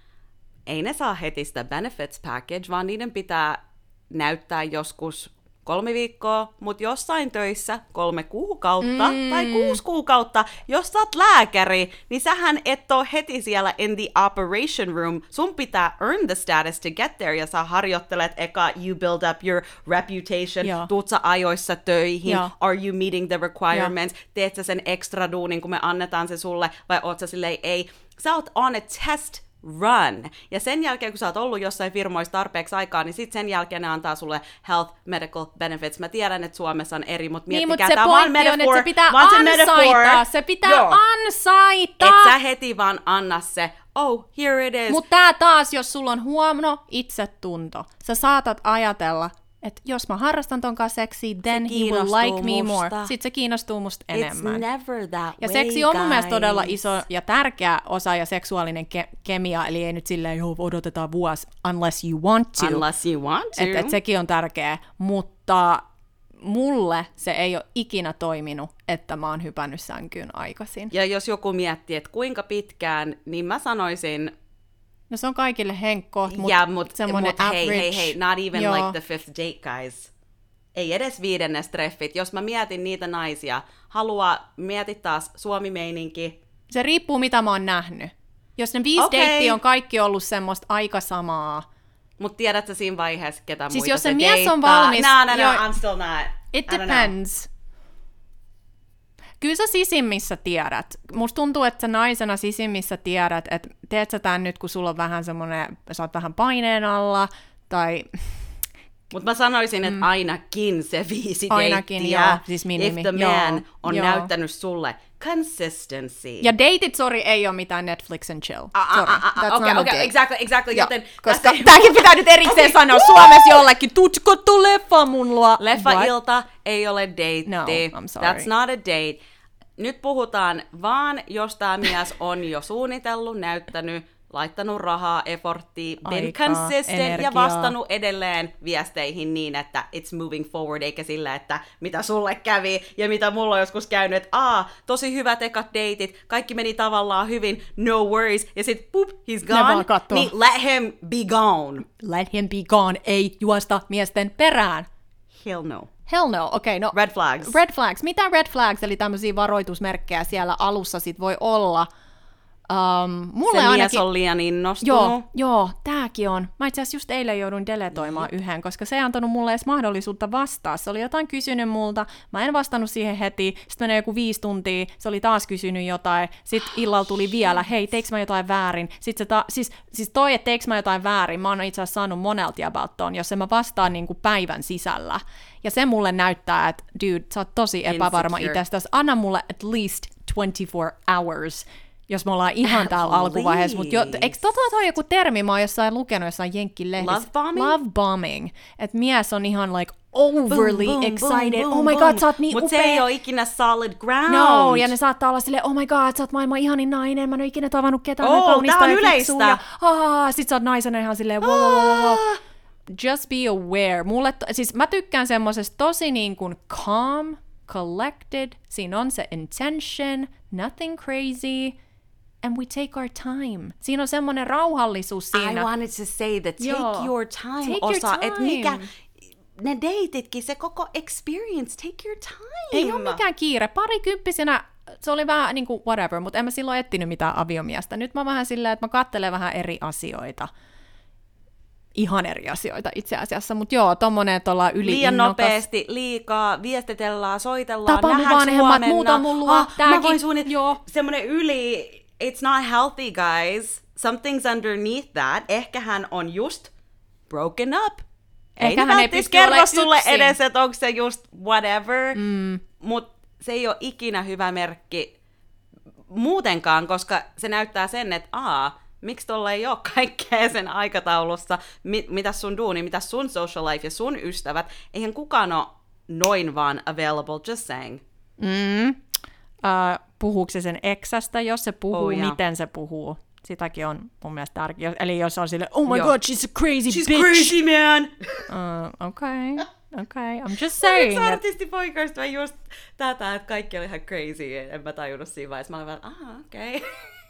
Speaker 2: ei ne saa heti sitä benefits package, vaan niiden pitää näyttää joskus 3 viikkoa, mutta jossain töissä 3 kuukautta tai 6 kuukautta. Jos sä oot lääkäri, niin sähän et ole heti siellä in the operation room. Sun pitää earn the status to get there, ja sä harjoittelet eka, you build up your reputation,
Speaker 1: Joo.
Speaker 2: tuut sä ajoissa töihin,
Speaker 1: Joo.
Speaker 2: are you meeting the requirements, teet sä sen extra duunin, kun me annetaan se sulle, vai oot sä silleen ei. Sä oot on a test run. Ja sen jälkeen, kun sä oot ollut jossain firmoissa tarpeeksi aikaa, niin sit sen jälkeen ne antaa sulle health, medical benefits. Mä tiedän, että Suomessa on eri, mutta
Speaker 1: Niin,
Speaker 2: miettikää,
Speaker 1: mutta se
Speaker 2: tää on vaan
Speaker 1: pointti on,
Speaker 2: metaphor,
Speaker 1: että se pitää
Speaker 2: vaan se metaphor.
Speaker 1: ansaita. Se pitää
Speaker 2: Joo.
Speaker 1: ansaita.
Speaker 2: Et sä heti vaan anna se, oh, here it is.
Speaker 1: Mutta tää taas, jos sulla on huono itsetunto, sä saatat ajatella, että jos mä harrastan ton kanssa seksiä, then he will
Speaker 2: kiinnostuu
Speaker 1: like me more.
Speaker 2: musta.
Speaker 1: Sitten se kiinnostuu musta
Speaker 2: It's
Speaker 1: enemmän.
Speaker 2: never that
Speaker 1: Ja
Speaker 2: way,
Speaker 1: seksi on mun mielestä
Speaker 2: guys.
Speaker 1: todella iso ja tärkeä osa ja seksuaalinen kemia, eli ei nyt silleen, joo, odotetaan vuosi, unless you want to.
Speaker 2: Unless you want to.
Speaker 1: Et sekin on tärkeä, mutta mulle se ei ole ikinä toiminut, että mä oon hypännyt sänkyyn aikaisin.
Speaker 2: Ja jos joku miettii, että kuinka pitkään, niin mä sanoisin,
Speaker 1: No se on kaikille henkkoht, mutta
Speaker 2: yeah, mut
Speaker 1: semmoinen average.
Speaker 2: hey, not even
Speaker 1: Joo.
Speaker 2: like the 5th date, guys. Ei edes 5. treffit. Jos mä mietin niitä naisia, mieti taas Suomi-meininki.
Speaker 1: Se riippuu, mitä mä oon nähnyt. Jos ne 5
Speaker 2: Okei.
Speaker 1: deittiä on kaikki ollut semmoista aika samaa.
Speaker 2: Mut tiedätkö siinä vaiheessa, ketä
Speaker 1: Siis
Speaker 2: muita
Speaker 1: jos se
Speaker 2: se
Speaker 1: mies on
Speaker 2: deittaa?
Speaker 1: valmis-
Speaker 2: No,
Speaker 1: joo.
Speaker 2: I'm still not.
Speaker 1: It
Speaker 2: I don't know.
Speaker 1: depends. Kyllä sä sisimmissä tiedät. Musta tuntuu, että sä naisena sisimmissä tiedät, että teet sä tän nyt, kun sulla on vähän semmonen, sä oot vähän paineen alla, tai
Speaker 2: Mutta mä sanoisin, että ainakin se 5
Speaker 1: Ainakin,
Speaker 2: deittiä,
Speaker 1: joo, siis minimi.
Speaker 2: if the man
Speaker 1: Joo,
Speaker 2: on
Speaker 1: joo.
Speaker 2: näyttänyt sulle consistency.
Speaker 1: ja dateit, sorry, ei ole mitään Netflix and chill. Sorry, that's not a
Speaker 2: Okay,
Speaker 1: date.
Speaker 2: exactly.
Speaker 1: Joo,
Speaker 2: Joten
Speaker 1: koska tämäkin pitää nyt erikseen sanoa Suomessa jollekin, tutko tuu leffa mun luo. What?
Speaker 2: leffa-ilta ei ole deitti.
Speaker 1: No, I'm sorry.
Speaker 2: That's not a date. Nyt puhutaan vaan, jos tämä mies on jo suunnitellut, näyttänyt, laittanut rahaa, efforttia, been
Speaker 1: Aikaa,
Speaker 2: consistent ja
Speaker 1: energiaa.
Speaker 2: vastannut edelleen viesteihin niin, että it's moving forward, eikä sillä, että mitä sulle kävi ja mitä mulla on joskus käynyt, että tosi hyvät ekat deitit, kaikki meni tavallaan hyvin, no worries, ja sit poop, he's gone,
Speaker 1: vaan kattoo.
Speaker 2: niin let him be gone.
Speaker 1: Let him be gone, ei juosta miesten perään.
Speaker 2: Hell no.
Speaker 1: Hell no, okei, no.
Speaker 2: Red flags.
Speaker 1: Red flags. Mitä red flags, eli tämmöisiä varoitusmerkkejä siellä alussa sit voi olla? Mulle
Speaker 2: Se
Speaker 1: ainakin...
Speaker 2: mies on liian innostunut.
Speaker 1: Joo, tääkin on. Mä itse asiassa just eilen jouduin deletoimaan yhden, koska se ei antanut mulle edes mahdollisuutta vastaa. Se oli jotain kysynyt multa, mä en vastannut siihen heti, sitten menee joku 5 tuntia, se oli taas kysynyt jotain, sitten illalla tuli vielä, hei, teekö mä jotain väärin? Sitten se siis toi, että teekö mä jotain väärin, mä oon itse asiassa saanut monelta jäbältä ton, jos en mä vastaan niinku päivän sisällä. Ja se mulle näyttää, että dude, sä oot tosi epävarma
Speaker 2: Insecure.
Speaker 1: itsestäsi, anna mulle at least 24 hours, jos me ollaan ihan täällä
Speaker 2: At
Speaker 1: alkuvaiheessa, mutta eikö toi joku termi, mä oon jossain lukenut jossain jenkkilehdissä?
Speaker 2: Love bombing?
Speaker 1: Love bombing. Että mies on ihan like overly excited. Oh my god,
Speaker 2: boom.
Speaker 1: sä oot niin
Speaker 2: Mut
Speaker 1: upea.
Speaker 2: se ei ole ikinä solid ground.
Speaker 1: No, ja ne saattaa olla silleen, oh my god, sä oot maailman ihanin nainen, mä en oo ikinä tavannut ketään
Speaker 2: Oh,
Speaker 1: kaunista
Speaker 2: tää on
Speaker 1: ja
Speaker 2: yleistä.
Speaker 1: fiksua. Ja, sit sä oot naisena ihan silleen, wow. Just be aware. Siis mä tykkään semmosesta tosi niin kuin calm, collected, siinä on se intention, nothing crazy, and we take our time. Siinä on semmonen rauhallisuus siinä.
Speaker 2: I wanted to say the take
Speaker 1: Joo.
Speaker 2: your time
Speaker 1: Take your
Speaker 2: osa, että mikä,
Speaker 1: time.
Speaker 2: ne deititkin, se koko experience, take your time.
Speaker 1: Ei ole mikään kiire. Parikymppisenä se oli vähän niin kuin whatever, mutta en mä silloin etsinyt mitään aviomiestä. Nyt mä vähän silleen, että mä katselen vähän eri asioita. Ihan eri asioita itse asiassa, mutta joo, tommonen, että ollaan
Speaker 2: Liian
Speaker 1: yli-innokas.
Speaker 2: nopeasti, liikaa, viestitellään, soitellaan,
Speaker 1: Tapa mun
Speaker 2: nähdäänkö
Speaker 1: vanhemmat,
Speaker 2: huomenna.
Speaker 1: muuta mun luo,
Speaker 2: Mä
Speaker 1: tääkin.
Speaker 2: voin
Speaker 1: Joo.
Speaker 2: semmonen yli, it's not healthy, guys. Something's underneath that. Ehkä hän on just broken up.
Speaker 1: Ehkä
Speaker 2: Ei
Speaker 1: hän ei
Speaker 2: välttis
Speaker 1: pysty
Speaker 2: kerro
Speaker 1: olemaan
Speaker 2: sulle
Speaker 1: yksin.
Speaker 2: edes, että onko se just whatever. Mut se ei ole ikinä hyvä merkki muutenkaan, koska se näyttää sen, että miksi tuolla ei ole kaikkea sen aikataulussa, mitä sun duuni, mitä sun social life ja sun ystävät, eihän kukaan ole noin vaan available, just saying.
Speaker 1: Puhuuko se sen exästä, jos se puhuu, miten se puhuu? Sitäkin on mun mielestä tärkeää. Eli jos on silleen, oh my god, she's a crazy bitch.
Speaker 2: She's crazy, man!
Speaker 1: Okay, I'm just saying.
Speaker 2: Yksi artistipoikaista just tätä, että kaikki oli ihan crazy. En mä tajunnut siinä vaiheessa. Mä olin vaan, okei.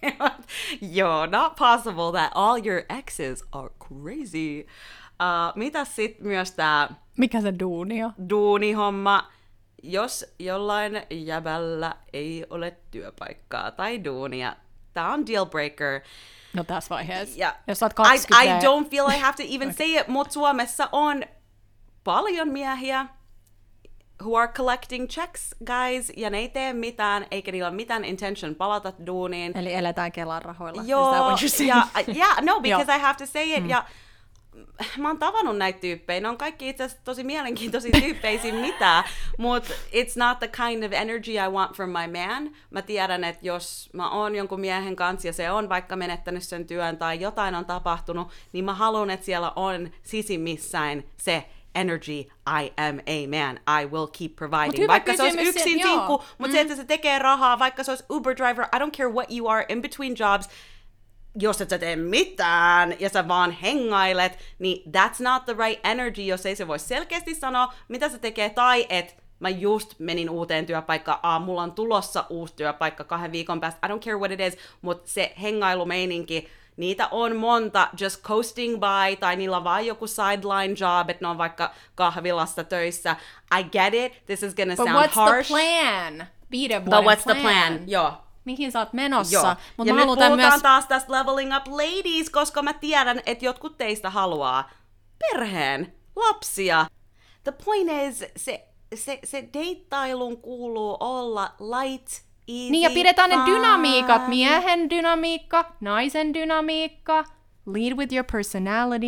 Speaker 2: Joo, not possible that all your exes are crazy. Mitä sit myös tää...
Speaker 1: Mikä se duuni on?
Speaker 2: Duunihomma. Jos jollain jäbällä ei ole työpaikkaa tai duunia, tää on deal breaker.
Speaker 1: No tässä vaiheessa.
Speaker 2: Ja
Speaker 1: jos sä oot 20...
Speaker 2: I don't feel I have to even say it, mutta Suomessa on paljon miehiä who are collecting checks, guys, ja ne ei tee mitään, eikä niillä ole mitään intention palata duuniin.
Speaker 1: Eli eletään Kelan rahoilla.
Speaker 2: Joo, because I have to say it, ja mä oon tavannut näitä tyyppejä, ne on kaikki itse asiassa tosi mielenkiintoisia tyyppejä siinä mitään, mutta it's not the kind of energy I want from my man. Mä tiedän, että jos mä oon jonkun miehen kanssa ja se on vaikka menettänyt sen työn tai jotain on tapahtunut, niin mä haluan, että siellä on sisimmissään se energy, I am a man, I will keep providing. Vaikka se olisi yksin sinkku, mutta se, että se tekee rahaa, vaikka se olisi Uber driver, I don't care what you are in between jobs, jos et sä tee mitään ja sä vaan hengailet, niin that's not the right energy, jos ei se voi selkeästi sanoa, mitä se tekee, tai että mä just menin uuteen työpaikkaan, mulla on tulossa uusi työpaikka 2 viikon päästä, I don't care what it is, mutta se hengailumeininki, niitä on monta, just coasting by, tai niillä on vaan joku sideline job, että ne on vaikka kahvilassa töissä. I get it, this is gonna sound harsh.
Speaker 1: But what's the plan? 5 vuoden
Speaker 2: But what's the plan? Joo.
Speaker 1: Mihin sä oot menossa?
Speaker 2: Joo.
Speaker 1: Mut
Speaker 2: ja
Speaker 1: mä
Speaker 2: nyt puhutaan
Speaker 1: myös...
Speaker 2: taas tästä leveling up ladies, koska mä tiedän, että jotkut teistä haluaa perheen, lapsia. The point is, se deittailun kuuluu olla light, easy,
Speaker 1: niin ja pidetään
Speaker 2: fun.
Speaker 1: ne dynamiikat, miehen dynamiikka, naisen dynamiikka, lead with your personality,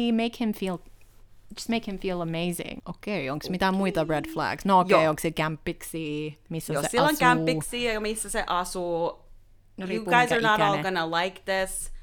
Speaker 1: just make him feel amazing. Okei, onko mitään muita red flags? No okei, onko se kämpiksi, missä
Speaker 2: jos
Speaker 1: se
Speaker 2: sillä
Speaker 1: asuu?
Speaker 2: on kämpiksi ja missä se asuu,
Speaker 1: no,
Speaker 2: you guys are not all gonna like this.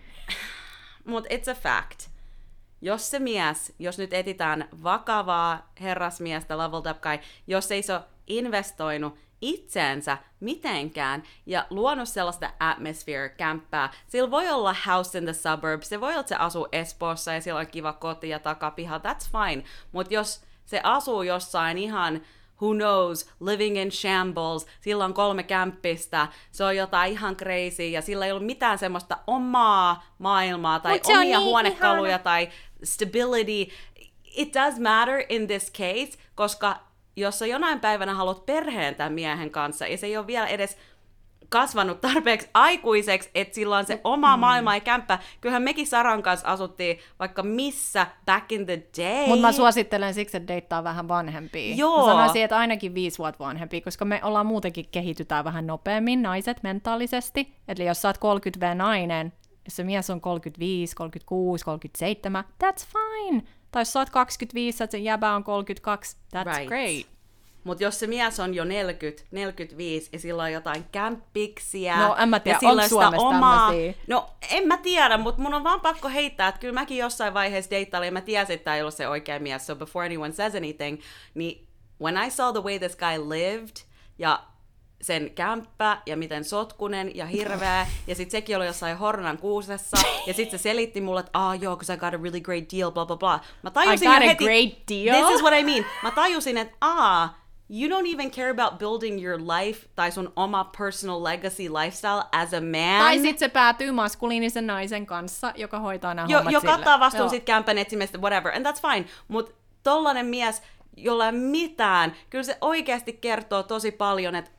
Speaker 2: Mut it's a fact. Jos se mies, jos nyt etitään vakavaa herrasmiestä, leveled up guy, jos ei se ole investoinut itseensä mitenkään ja luonut sellaista atmosphere, kämppää. Sillä voi olla house in the suburbs, se voi olla, että se asuu Espoossa ja siellä on kiva koti ja takapiha, that's fine. Mutta jos se asuu jossain ihan, who knows, living in shambles, sillä on 3 kämppistä, se on jotain ihan crazy ja sillä ei ollut mitään semmoista omaa maailmaa tai omia huonekaluja tai stability. It does matter in this case, koska jos sä jonain päivänä haluat perheen tämän miehen kanssa, ja se ei ole vielä edes kasvanut tarpeeksi aikuiseksi, että sillä on se oma maailma ja kämppä. Kyllähän mekin Saran kanssa asuttiin vaikka missä back in the day.
Speaker 1: Mutta mä suosittelen siksi, että deittaa vähän vanhempia.
Speaker 2: Joo.
Speaker 1: Mä sanoisin, että ainakin 5 vuotta vanhempia, koska me ollaan muutenkin kehitytään vähän nopeammin, naiset mentaalisesti. Eli jos sä oot 30V-nainen, jos se mies on 35, 36, 37, that's fine. Tai jos sä oot 25, että se jäbä on 32, that's
Speaker 2: right.
Speaker 1: great.
Speaker 2: Mutta jos se mies on jo 40, 45 ja sillä on jotain kämppiksiä.
Speaker 1: No en mä tiedä,
Speaker 2: ja
Speaker 1: onko Suomessa tämmöisiä?
Speaker 2: No en mä tiedä, mutta mun on vaan pakko heittää, että kyllä mäkin jossain vaiheessa deittailin ja mä tiesin, että tää ei ole se oikea mies. So before anyone says anything, niin when I saw the way this guy lived ja sen kämppä ja miten sotkunen ja hirveä, ja sit sekin oli jossain Hornan kuusessa, ja sit se selitti mulle, että joo, because I got a really great deal, blah blah blah. Mä tajusin
Speaker 1: I got a
Speaker 2: heti,
Speaker 1: great deal?
Speaker 2: this is what I mean. Mä tajusin, että you don't even care about building your life tai sun oma personal legacy lifestyle as a man.
Speaker 1: Tai sit se päätyy maskuliinisen naisen kanssa, joka hoitaa nämä hommat
Speaker 2: joka
Speaker 1: sille.
Speaker 2: ottaa vastuun sit kämpän etsimästä, whatever, and that's fine. Mut tollanen mies, jolla ei mitään, kyllä se oikeasti kertoo tosi paljon, että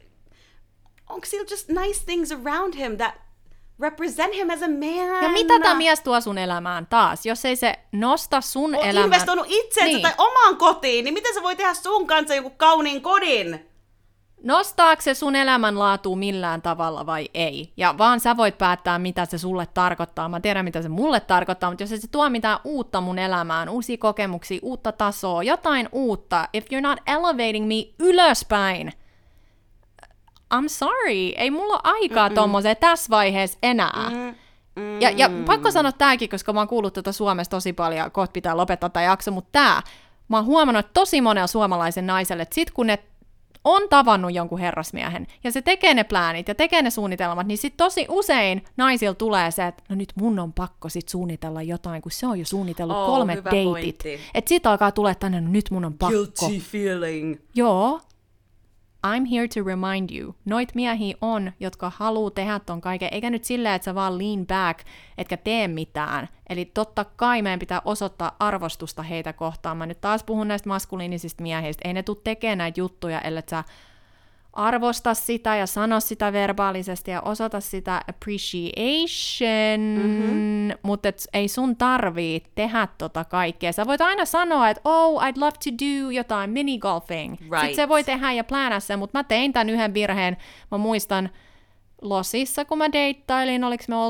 Speaker 2: onko sillä just nice things around him that represent him as a man?
Speaker 1: Ja mitä tämä mies tuo sun elämään taas? Jos ei se nosta sun elämään...
Speaker 2: investoinut itseensä tai omaan kotiin, niin miten se voi tehdä sun kanssa joku kauniin kodin?
Speaker 1: Nostaako se sun elämänlaatua millään tavalla vai ei? Ja vaan sä voit päättää, mitä se sulle tarkoittaa. Mä tiedän, mitä se mulle tarkoittaa, mutta jos ei se tuo mitään uutta mun elämään, uusia kokemuksia, uutta tasoa, jotain uutta, if you're not elevating me ylöspäin, I'm sorry, ei mulla ole aikaa tommoseen tässä vaiheessa enää. Ja pakko sanoa tääkin, koska mä oon kuullut tätä Suomessa tosi paljon, ja kohta pitää lopettaa tämä jakso, mutta mä oon huomannut, että tosi monella suomalaisen naiselle, että sit kun ne on tavannut jonkun herrasmiehen, ja se tekee ne pläänit ja tekee ne suunnitelmat, niin sit tosi usein naisilla tulee se, että no nyt mun on pakko sit suunnitella jotain, kun se on jo suunnitellut 3 deitit. Että sit alkaa tulee tänne, no nyt mun on pakko.
Speaker 2: Guilty feeling.
Speaker 1: Joo. I'm here to remind you. Noit miehiä on, jotka haluaa tehdä ton kaiken, eikä nyt silleen, että sä vaan lean back, etkä tee mitään. Eli totta kai meidän pitää osoittaa arvostusta heitä kohtaan. Mä nyt taas puhun näistä maskuliinisista miehistä. Ei ne tule tekemään näitä juttuja, ellei sä arvosta sitä ja sano sitä verbaalisesti ja osoita sitä appreciation, mutta ei sun tarvii tehdä tota kaikkea. Sä voit aina sanoa, että oh, I'd love to do jotain minigolfing.
Speaker 2: Right.
Speaker 1: Sitten se voi tehdä ja plänää sen, mutta mä tein tämän yhden virheen. Mä muistan Losissa, kun mä deittailin,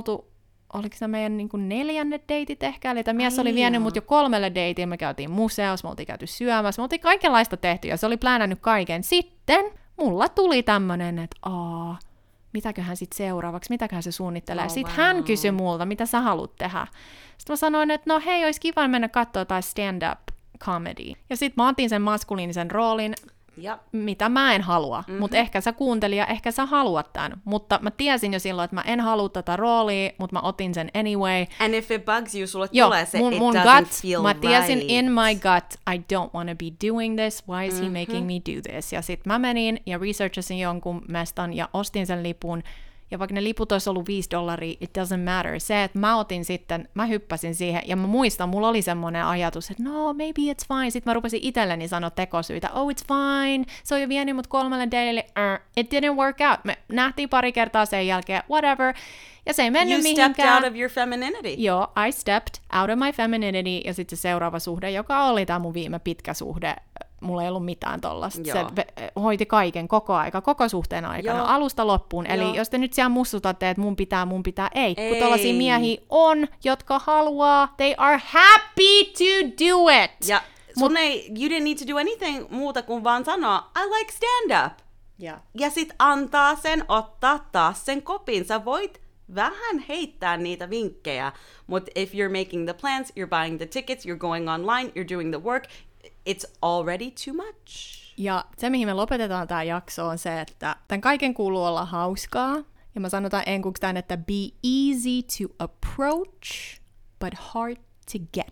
Speaker 1: oliko se meidän niin kuin 4. deitit ehkä, eli tämä mies oli vienyt mut jo 3 deitille, me käytiin museossa, me oltiin käyty syömässä, me oltiin kaikenlaista tehty ja se oli plänännyt kaiken. Sitten mulla tuli tämmönen, että mitäköhän sit seuraavaksi, mitäköhän se suunnittelee. Sitten hän kysyi multa, mitä sä haluat tehdä. Sitten mä sanoin, että no hei, olisi kiva mennä katsoa tai stand-up comedy. Ja sitten mä otin sen maskuliinisen roolin, mitä mä en halua, mutta ehkä sä kuuntelin ja ehkä sä haluat tämän. Mutta mä tiesin jo silloin, että mä en halua tätä roolia, mutta mä otin sen anyway.
Speaker 2: And if it bugs you, sulle tulee se,
Speaker 1: mun
Speaker 2: it
Speaker 1: gut,
Speaker 2: doesn't feel
Speaker 1: mä tiesin
Speaker 2: right.
Speaker 1: in my gut, I don't want to be doing this, why is he making me do this? Ja sit mä menin ja researchasin jonkun mestan ja ostin sen lipun. Ja vaikka ne liput olisi ollut $5, it doesn't matter. Se, että mä hyppäsin siihen, ja mä muistan, mulla oli semmoinen ajatus, että no, maybe it's fine. Sitten mä rupesin itselleni sanoa tekosyitä, oh, it's fine, se on jo vienyt mut 3 dateille, it didn't work out. Me nähtiin pari kertaa sen jälkeen, whatever. Ja se ei mennyt mihinkään.
Speaker 2: You stepped out of your femininity.
Speaker 1: Joo, I stepped out of my femininity, ja sitten se seuraava suhde, joka oli tämä mun viime pitkä suhde, mulla ei ollut mitään tollasta. Se hoiti kaiken koko suhteen aikana, alusta loppuun. Joo. Eli jos te nyt siellä mussutatte, että mun pitää, ei. Kun tollaisia miehiä on, jotka haluaa, they are happy to do it.
Speaker 2: Ja you didn't need to do anything muuta kuin vaan sanoa, I like stand-up. Ja sit antaa sen, ottaa taas sen kopin. Sä voit vähän heittää niitä vinkkejä, mutta if you're making the plans, you're buying the tickets, you're going online, you're doing the work, it's already too much.
Speaker 1: Ja se, mihin me lopetetaan tämä jakso, on se, että tämän kaiken kuuluu olla hauskaa. Ja mä sanotaan enkuksi tämän, että be easy to approach, but hard to get.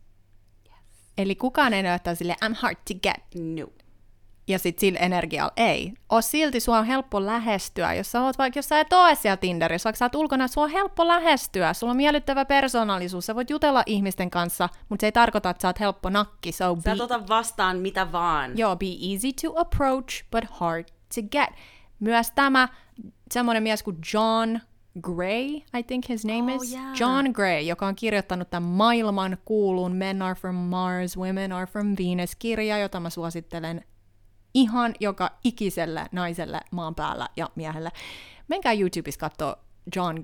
Speaker 1: Yes. Eli kukaan ei näyttää silleen, I'm hard to get.
Speaker 2: No.
Speaker 1: Ja sit sillä energialla ei. Silti sua on helppo lähestyä. Jos sä et ole siellä Tinderissä, vaikka sä oot ulkona, sua on helppo lähestyä. Sulla on miellyttävä persoonallisuus. Sä voit jutella ihmisten kanssa, mutta se ei tarkoita, että sä oot helppo nakki. Sä
Speaker 2: et ota vastaan mitä vaan.
Speaker 1: Joo, be easy to approach, but hard to get. Myös tämä semmoinen mies kuin John Gray, I think his name is.
Speaker 2: Yeah.
Speaker 1: John Gray, joka on kirjoittanut tämän maailman kuulun Men are from Mars, Women are from Venus-kirja, jota mä suosittelen ihan joka ikiselle naiselle maan päällä ja miehelle. Menkää YouTubessa katsoa John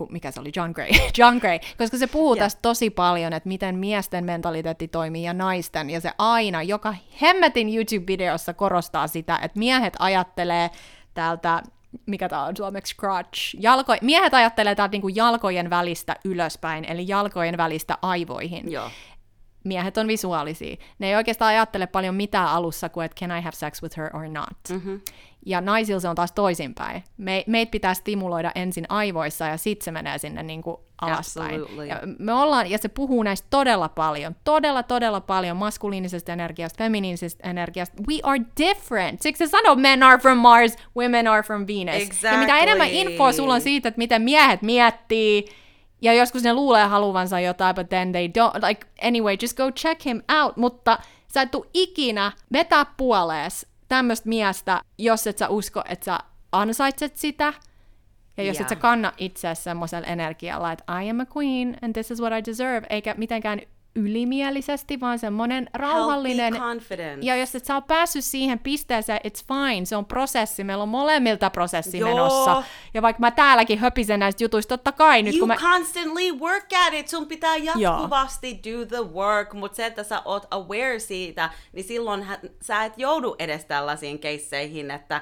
Speaker 1: Gray, koska se puhuu tästä tosi paljon, että miten miesten mentaliteetti toimii ja naisten, ja se aina, joka hemmetin YouTube-videossa korostaa sitä, että miehet ajattelee täältä, mikä tää on suomeksi crotch, miehet ajattelee täältä niinku jalkojen välistä ylöspäin, eli jalkojen välistä aivoihin.
Speaker 2: Joo.
Speaker 1: Miehet on visuaalisia. Ne ei oikeastaan ajattele paljon mitään alussa kuin, että can I have sex with her or not. Mm-hmm. Ja naisilla se on taas toisinpäin. Meitä pitää stimuloida ensin aivoissa ja sitten se menee sinne niin kuin alaspäin. Ja se puhuu näistä todella paljon. Todella paljon maskuliinisesta energiasta, feminiinisesta energiasta. We are different. Siksi se sanoo men are from Mars, women are from Venus.
Speaker 2: Exactly.
Speaker 1: Ja mitä enemmän infoa sulla on siitä, että miten miehet miettii, ja joskus ne luulee haluvansa jotain, but then they don't. Like, anyway, just go check him out. Mutta sä et tuu ikinä vetää puolees tämmöistä miestä, jos et sä usko, että sä ansaitset sitä. Ja jos et sä kanna itseäsi semmoisella energialla, että I am a queen and this is what I deserve. Eikä mitenkään ylimielisesti, vaan semmoinen rauhallinen.
Speaker 2: Healthy confidence.
Speaker 1: Ja jos et sä ole päässyt siihen pisteeseen, it's fine, se on prosessi, meillä on molemmilta prosessi menossa. Ja vaikka mä täälläkin höpisen näistä jutuista, totta kai nyt
Speaker 2: kun constantly work at it, sun pitää jatkuvasti do the work, mutta se, että sä oot aware siitä, niin silloin sä et joudu edes tällaisiin keisseihin, että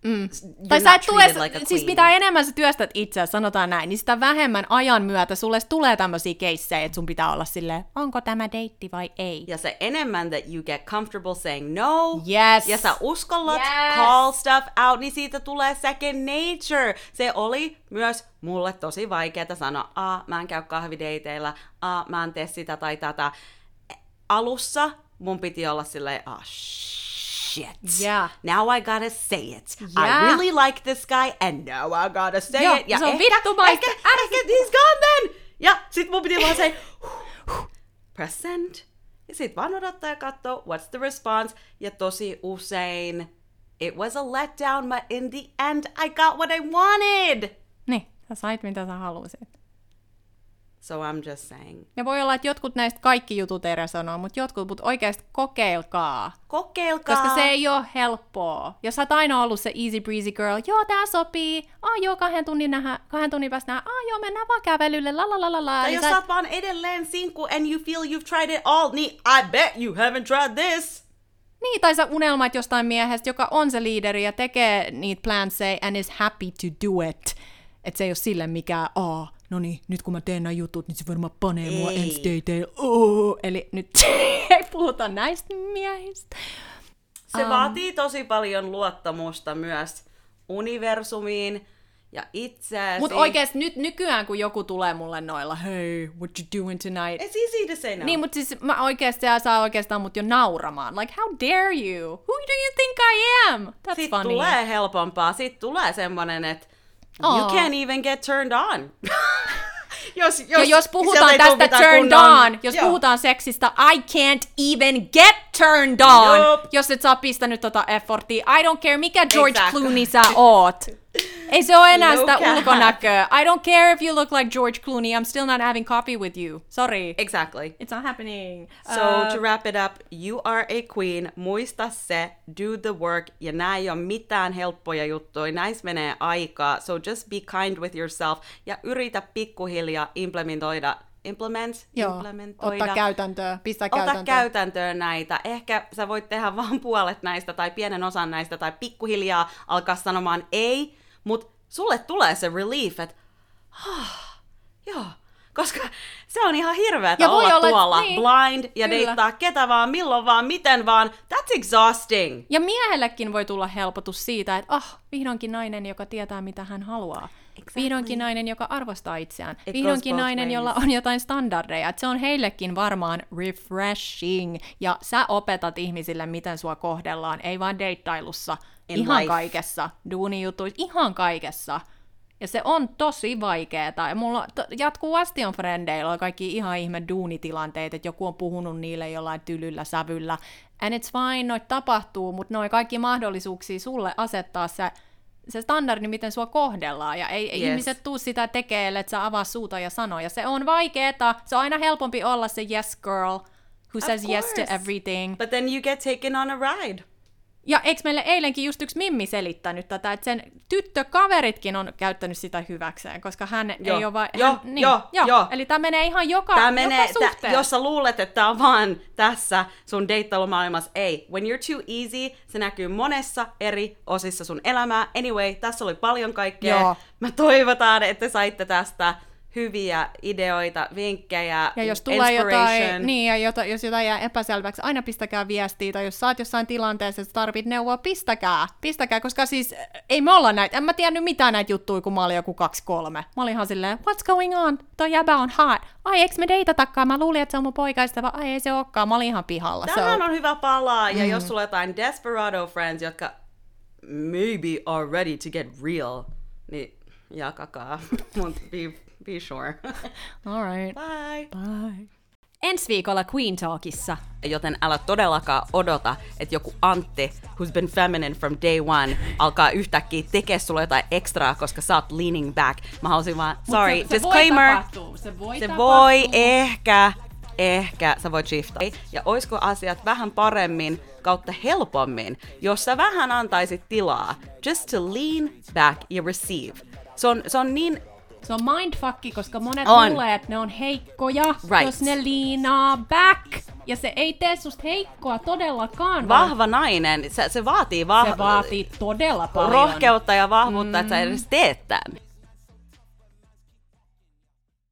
Speaker 1: Tai sä
Speaker 2: not
Speaker 1: et tule,
Speaker 2: treated like a
Speaker 1: siis
Speaker 2: queen.
Speaker 1: mitä enemmän sä työstät itseä, sanotaan näin, niin sitä vähemmän ajan myötä sulle tulee tämmöisiä keissejä, että sun pitää olla silleen, onko tämä deitti vai ei.
Speaker 2: Ja se enemmän that you get comfortable saying no,
Speaker 1: Yes.
Speaker 2: ja sä uskallat
Speaker 1: Yes.
Speaker 2: call stuff out, niin siitä tulee second nature. Se oli myös mulle tosi vaikeaa sanoa, mä en käy kahvideiteillä, mä en tee sitä tai tätä. Alussa mun piti olla silleen, shit.
Speaker 1: Yeah.
Speaker 2: Now I gotta say it.
Speaker 1: Yeah.
Speaker 2: I really like this guy, and now I gotta say
Speaker 1: Joo,
Speaker 2: it. Ja
Speaker 1: se on vittumaista.
Speaker 2: ehkä he's gone then. Ja sit mun piti vaan say, press send. Ja sit vaan odottaa ja katsoo, what's the response. Ja tosi usein, it was a letdown, but in the end, I got what I wanted.
Speaker 1: Niin, sä sait mitä sä halusit.
Speaker 2: So I'm just saying.
Speaker 1: Ja voi olla, että jotkut näistä kaikki jutut ei resonoi, mutta oikeasti kokeilkaa.
Speaker 2: Kokeilkaa.
Speaker 1: Koska se ei ole helppoa. Jos sä oot aina ollut se easy breezy girl, joo tää sopii, joo 2 tunnin päästä nähdään, joo mennään vaan kävelylle, la.
Speaker 2: Tai jos sä oot vaan edelleen sinkku and you feel you've tried it all, niin I bet you haven't tried this.
Speaker 1: Niin, tai sä unelmat jostain miehestä, joka on se liideri ja tekee niitä plansseja and is happy to do it. Että se ei ole sille mikään, no niin, nyt kun mä teen nämä jutut, niin se varmaan panee mua ensi dateilla. Eli nyt ei puhuta näistä miehistä.
Speaker 2: Se vaatii tosi paljon luottamusta myös universumiin ja itseäsi.
Speaker 1: Mutta oikeesti nyt nykyään, kun joku tulee mulle noilla, hey, what you doing tonight?
Speaker 2: It's easy to say no.
Speaker 1: Niin, mutta siis mä oikeesti saa oikeastaan mut jo nauramaan. Like, how dare you? Who do you think I am? That's
Speaker 2: Sitten
Speaker 1: funny.
Speaker 2: tulee helpompaa. Sitten tulee semmonen, että you can't even get turned on.
Speaker 1: jos puhutaan tästä turned on, jos puhutaan seksistä, I can't even get turned on, jos et saa pistänyt tota effortia. I don't care mikä George Clooney sä oot. Ei se ole enää sitä ulkonäköä. I don't care if you look like George Clooney, I'm still not having coffee with you. Sorry.
Speaker 2: Exactly.
Speaker 1: It's not happening.
Speaker 2: So to wrap it up, you are a queen. Muista se, do the work, ja nää ei ole mitään helppoja juttuja. Näissä menee aikaa. So just be kind with yourself ja yritä pikkuhiljaa implementoida.
Speaker 1: Ottaa käytäntöön, pistää
Speaker 2: käytäntöön. Ota käytäntöön näitä. Ehkä sä voit tehdä vaan puolet näistä tai pienen osan näistä tai pikkuhiljaa alkaa sanomaan ei, mutta sulle tulee se relief, että joo, koska se on ihan hirveetä olla tuolla blind ja deittaa ketä vaan, milloin vaan, miten vaan. That's exhausting.
Speaker 1: Ja miehellekin voi tulla helpotus siitä, että vihdoinkin nainen, joka tietää mitä hän haluaa. Exactly. Vihdoinkin nainen, joka arvostaa itseään. Vihdoinkin nainen, jolla on jotain standardeja. Et se on heillekin varmaan refreshing. Ja sä opetat ihmisille, miten sua kohdellaan. Ei vaan deittailussa. Ihan life. Kaikessa. Duunijutuissa. Ihan kaikessa. Ja se on tosi vaikeeta. Ja mulla jatkuvasti on frendeillä kaikki ihan ihme duunitilanteet, että joku on puhunut niille jollain tylyllä sävyllä. And it's fine, noit tapahtuu, mutta noi kaikki mahdollisuuksia sulle asettaa se standardi, miten sua kohdellaan, ja ei ihmiset tuu sitä tekemään, että sä avaa suuta ja sanoo, ja se on vaikeeta. Se on aina helpompi olla se yes girl, who says yes to everything.
Speaker 2: But then you get taken on a ride.
Speaker 1: Ja eikö meille eilenkin just yksi Mimmi selittänyt tätä, että sen tyttökaveritkin on käyttänyt sitä hyväkseen, koska hän ei ole vain... Joo. Eli tämä menee ihan joka suhteen.
Speaker 2: Jos sä luulet, että tämä on vaan tässä sun deittailumaailmassa, ei. When you're too easy, se näkyy monessa eri osissa sun elämää. Anyway, tässä oli paljon kaikkea. Joo. Mä toivotaan, että saitte tästä hyviä ideoita, vinkkejä,
Speaker 1: ja jos tulee jotain, jos jotain jää epäselväksi, aina pistäkää viestiä, tai jos saat jossain tilanteessa, että tarvit neuvoa, pistäkää, koska siis ei me olla näitä, en mä tiennyt mitään näitä juttuja, kun mä olin joku 2-3. Mä olin ihan silleen, what's going on? Toi jäbä on hot. Ai, eikö me deitatakaan? Mä luulin, että se on mun poikaistava. Ai, ei se olekaan. Mä olin ihan pihalla.
Speaker 2: Tähän on hyvä palaa, ja jos sulla on jotain desperado friends, jotka maybe are ready to get real, niin jakakaa. Be sure.
Speaker 1: All right.
Speaker 2: Bye.
Speaker 1: Ensi viikolla Queen Talkissa.
Speaker 2: Joten älä todellakaan odota, että joku Antti, who's been feminine from day one, alkaa yhtäkkiä tekee sulle jotain ekstraa, koska sä oot leaning back. Mä halusin vaan, sorry, disclaimer. Se voi ehkä sä voit shiftaa. Ja oisko asiat vähän paremmin kautta helpommin, jos sä vähän antaisit tilaa, just to lean back ja receive. Se on niin...
Speaker 1: Se on mindfucki, koska monet luulee, että ne on heikkoja, jos ne liinaa back. Ja se ei tee susta heikkoa todellakaan.
Speaker 2: Vahva nainen, se vaatii
Speaker 1: se vaatii todella paljon.
Speaker 2: rohkeutta ja vahvuutta, että sä edes teet tämän.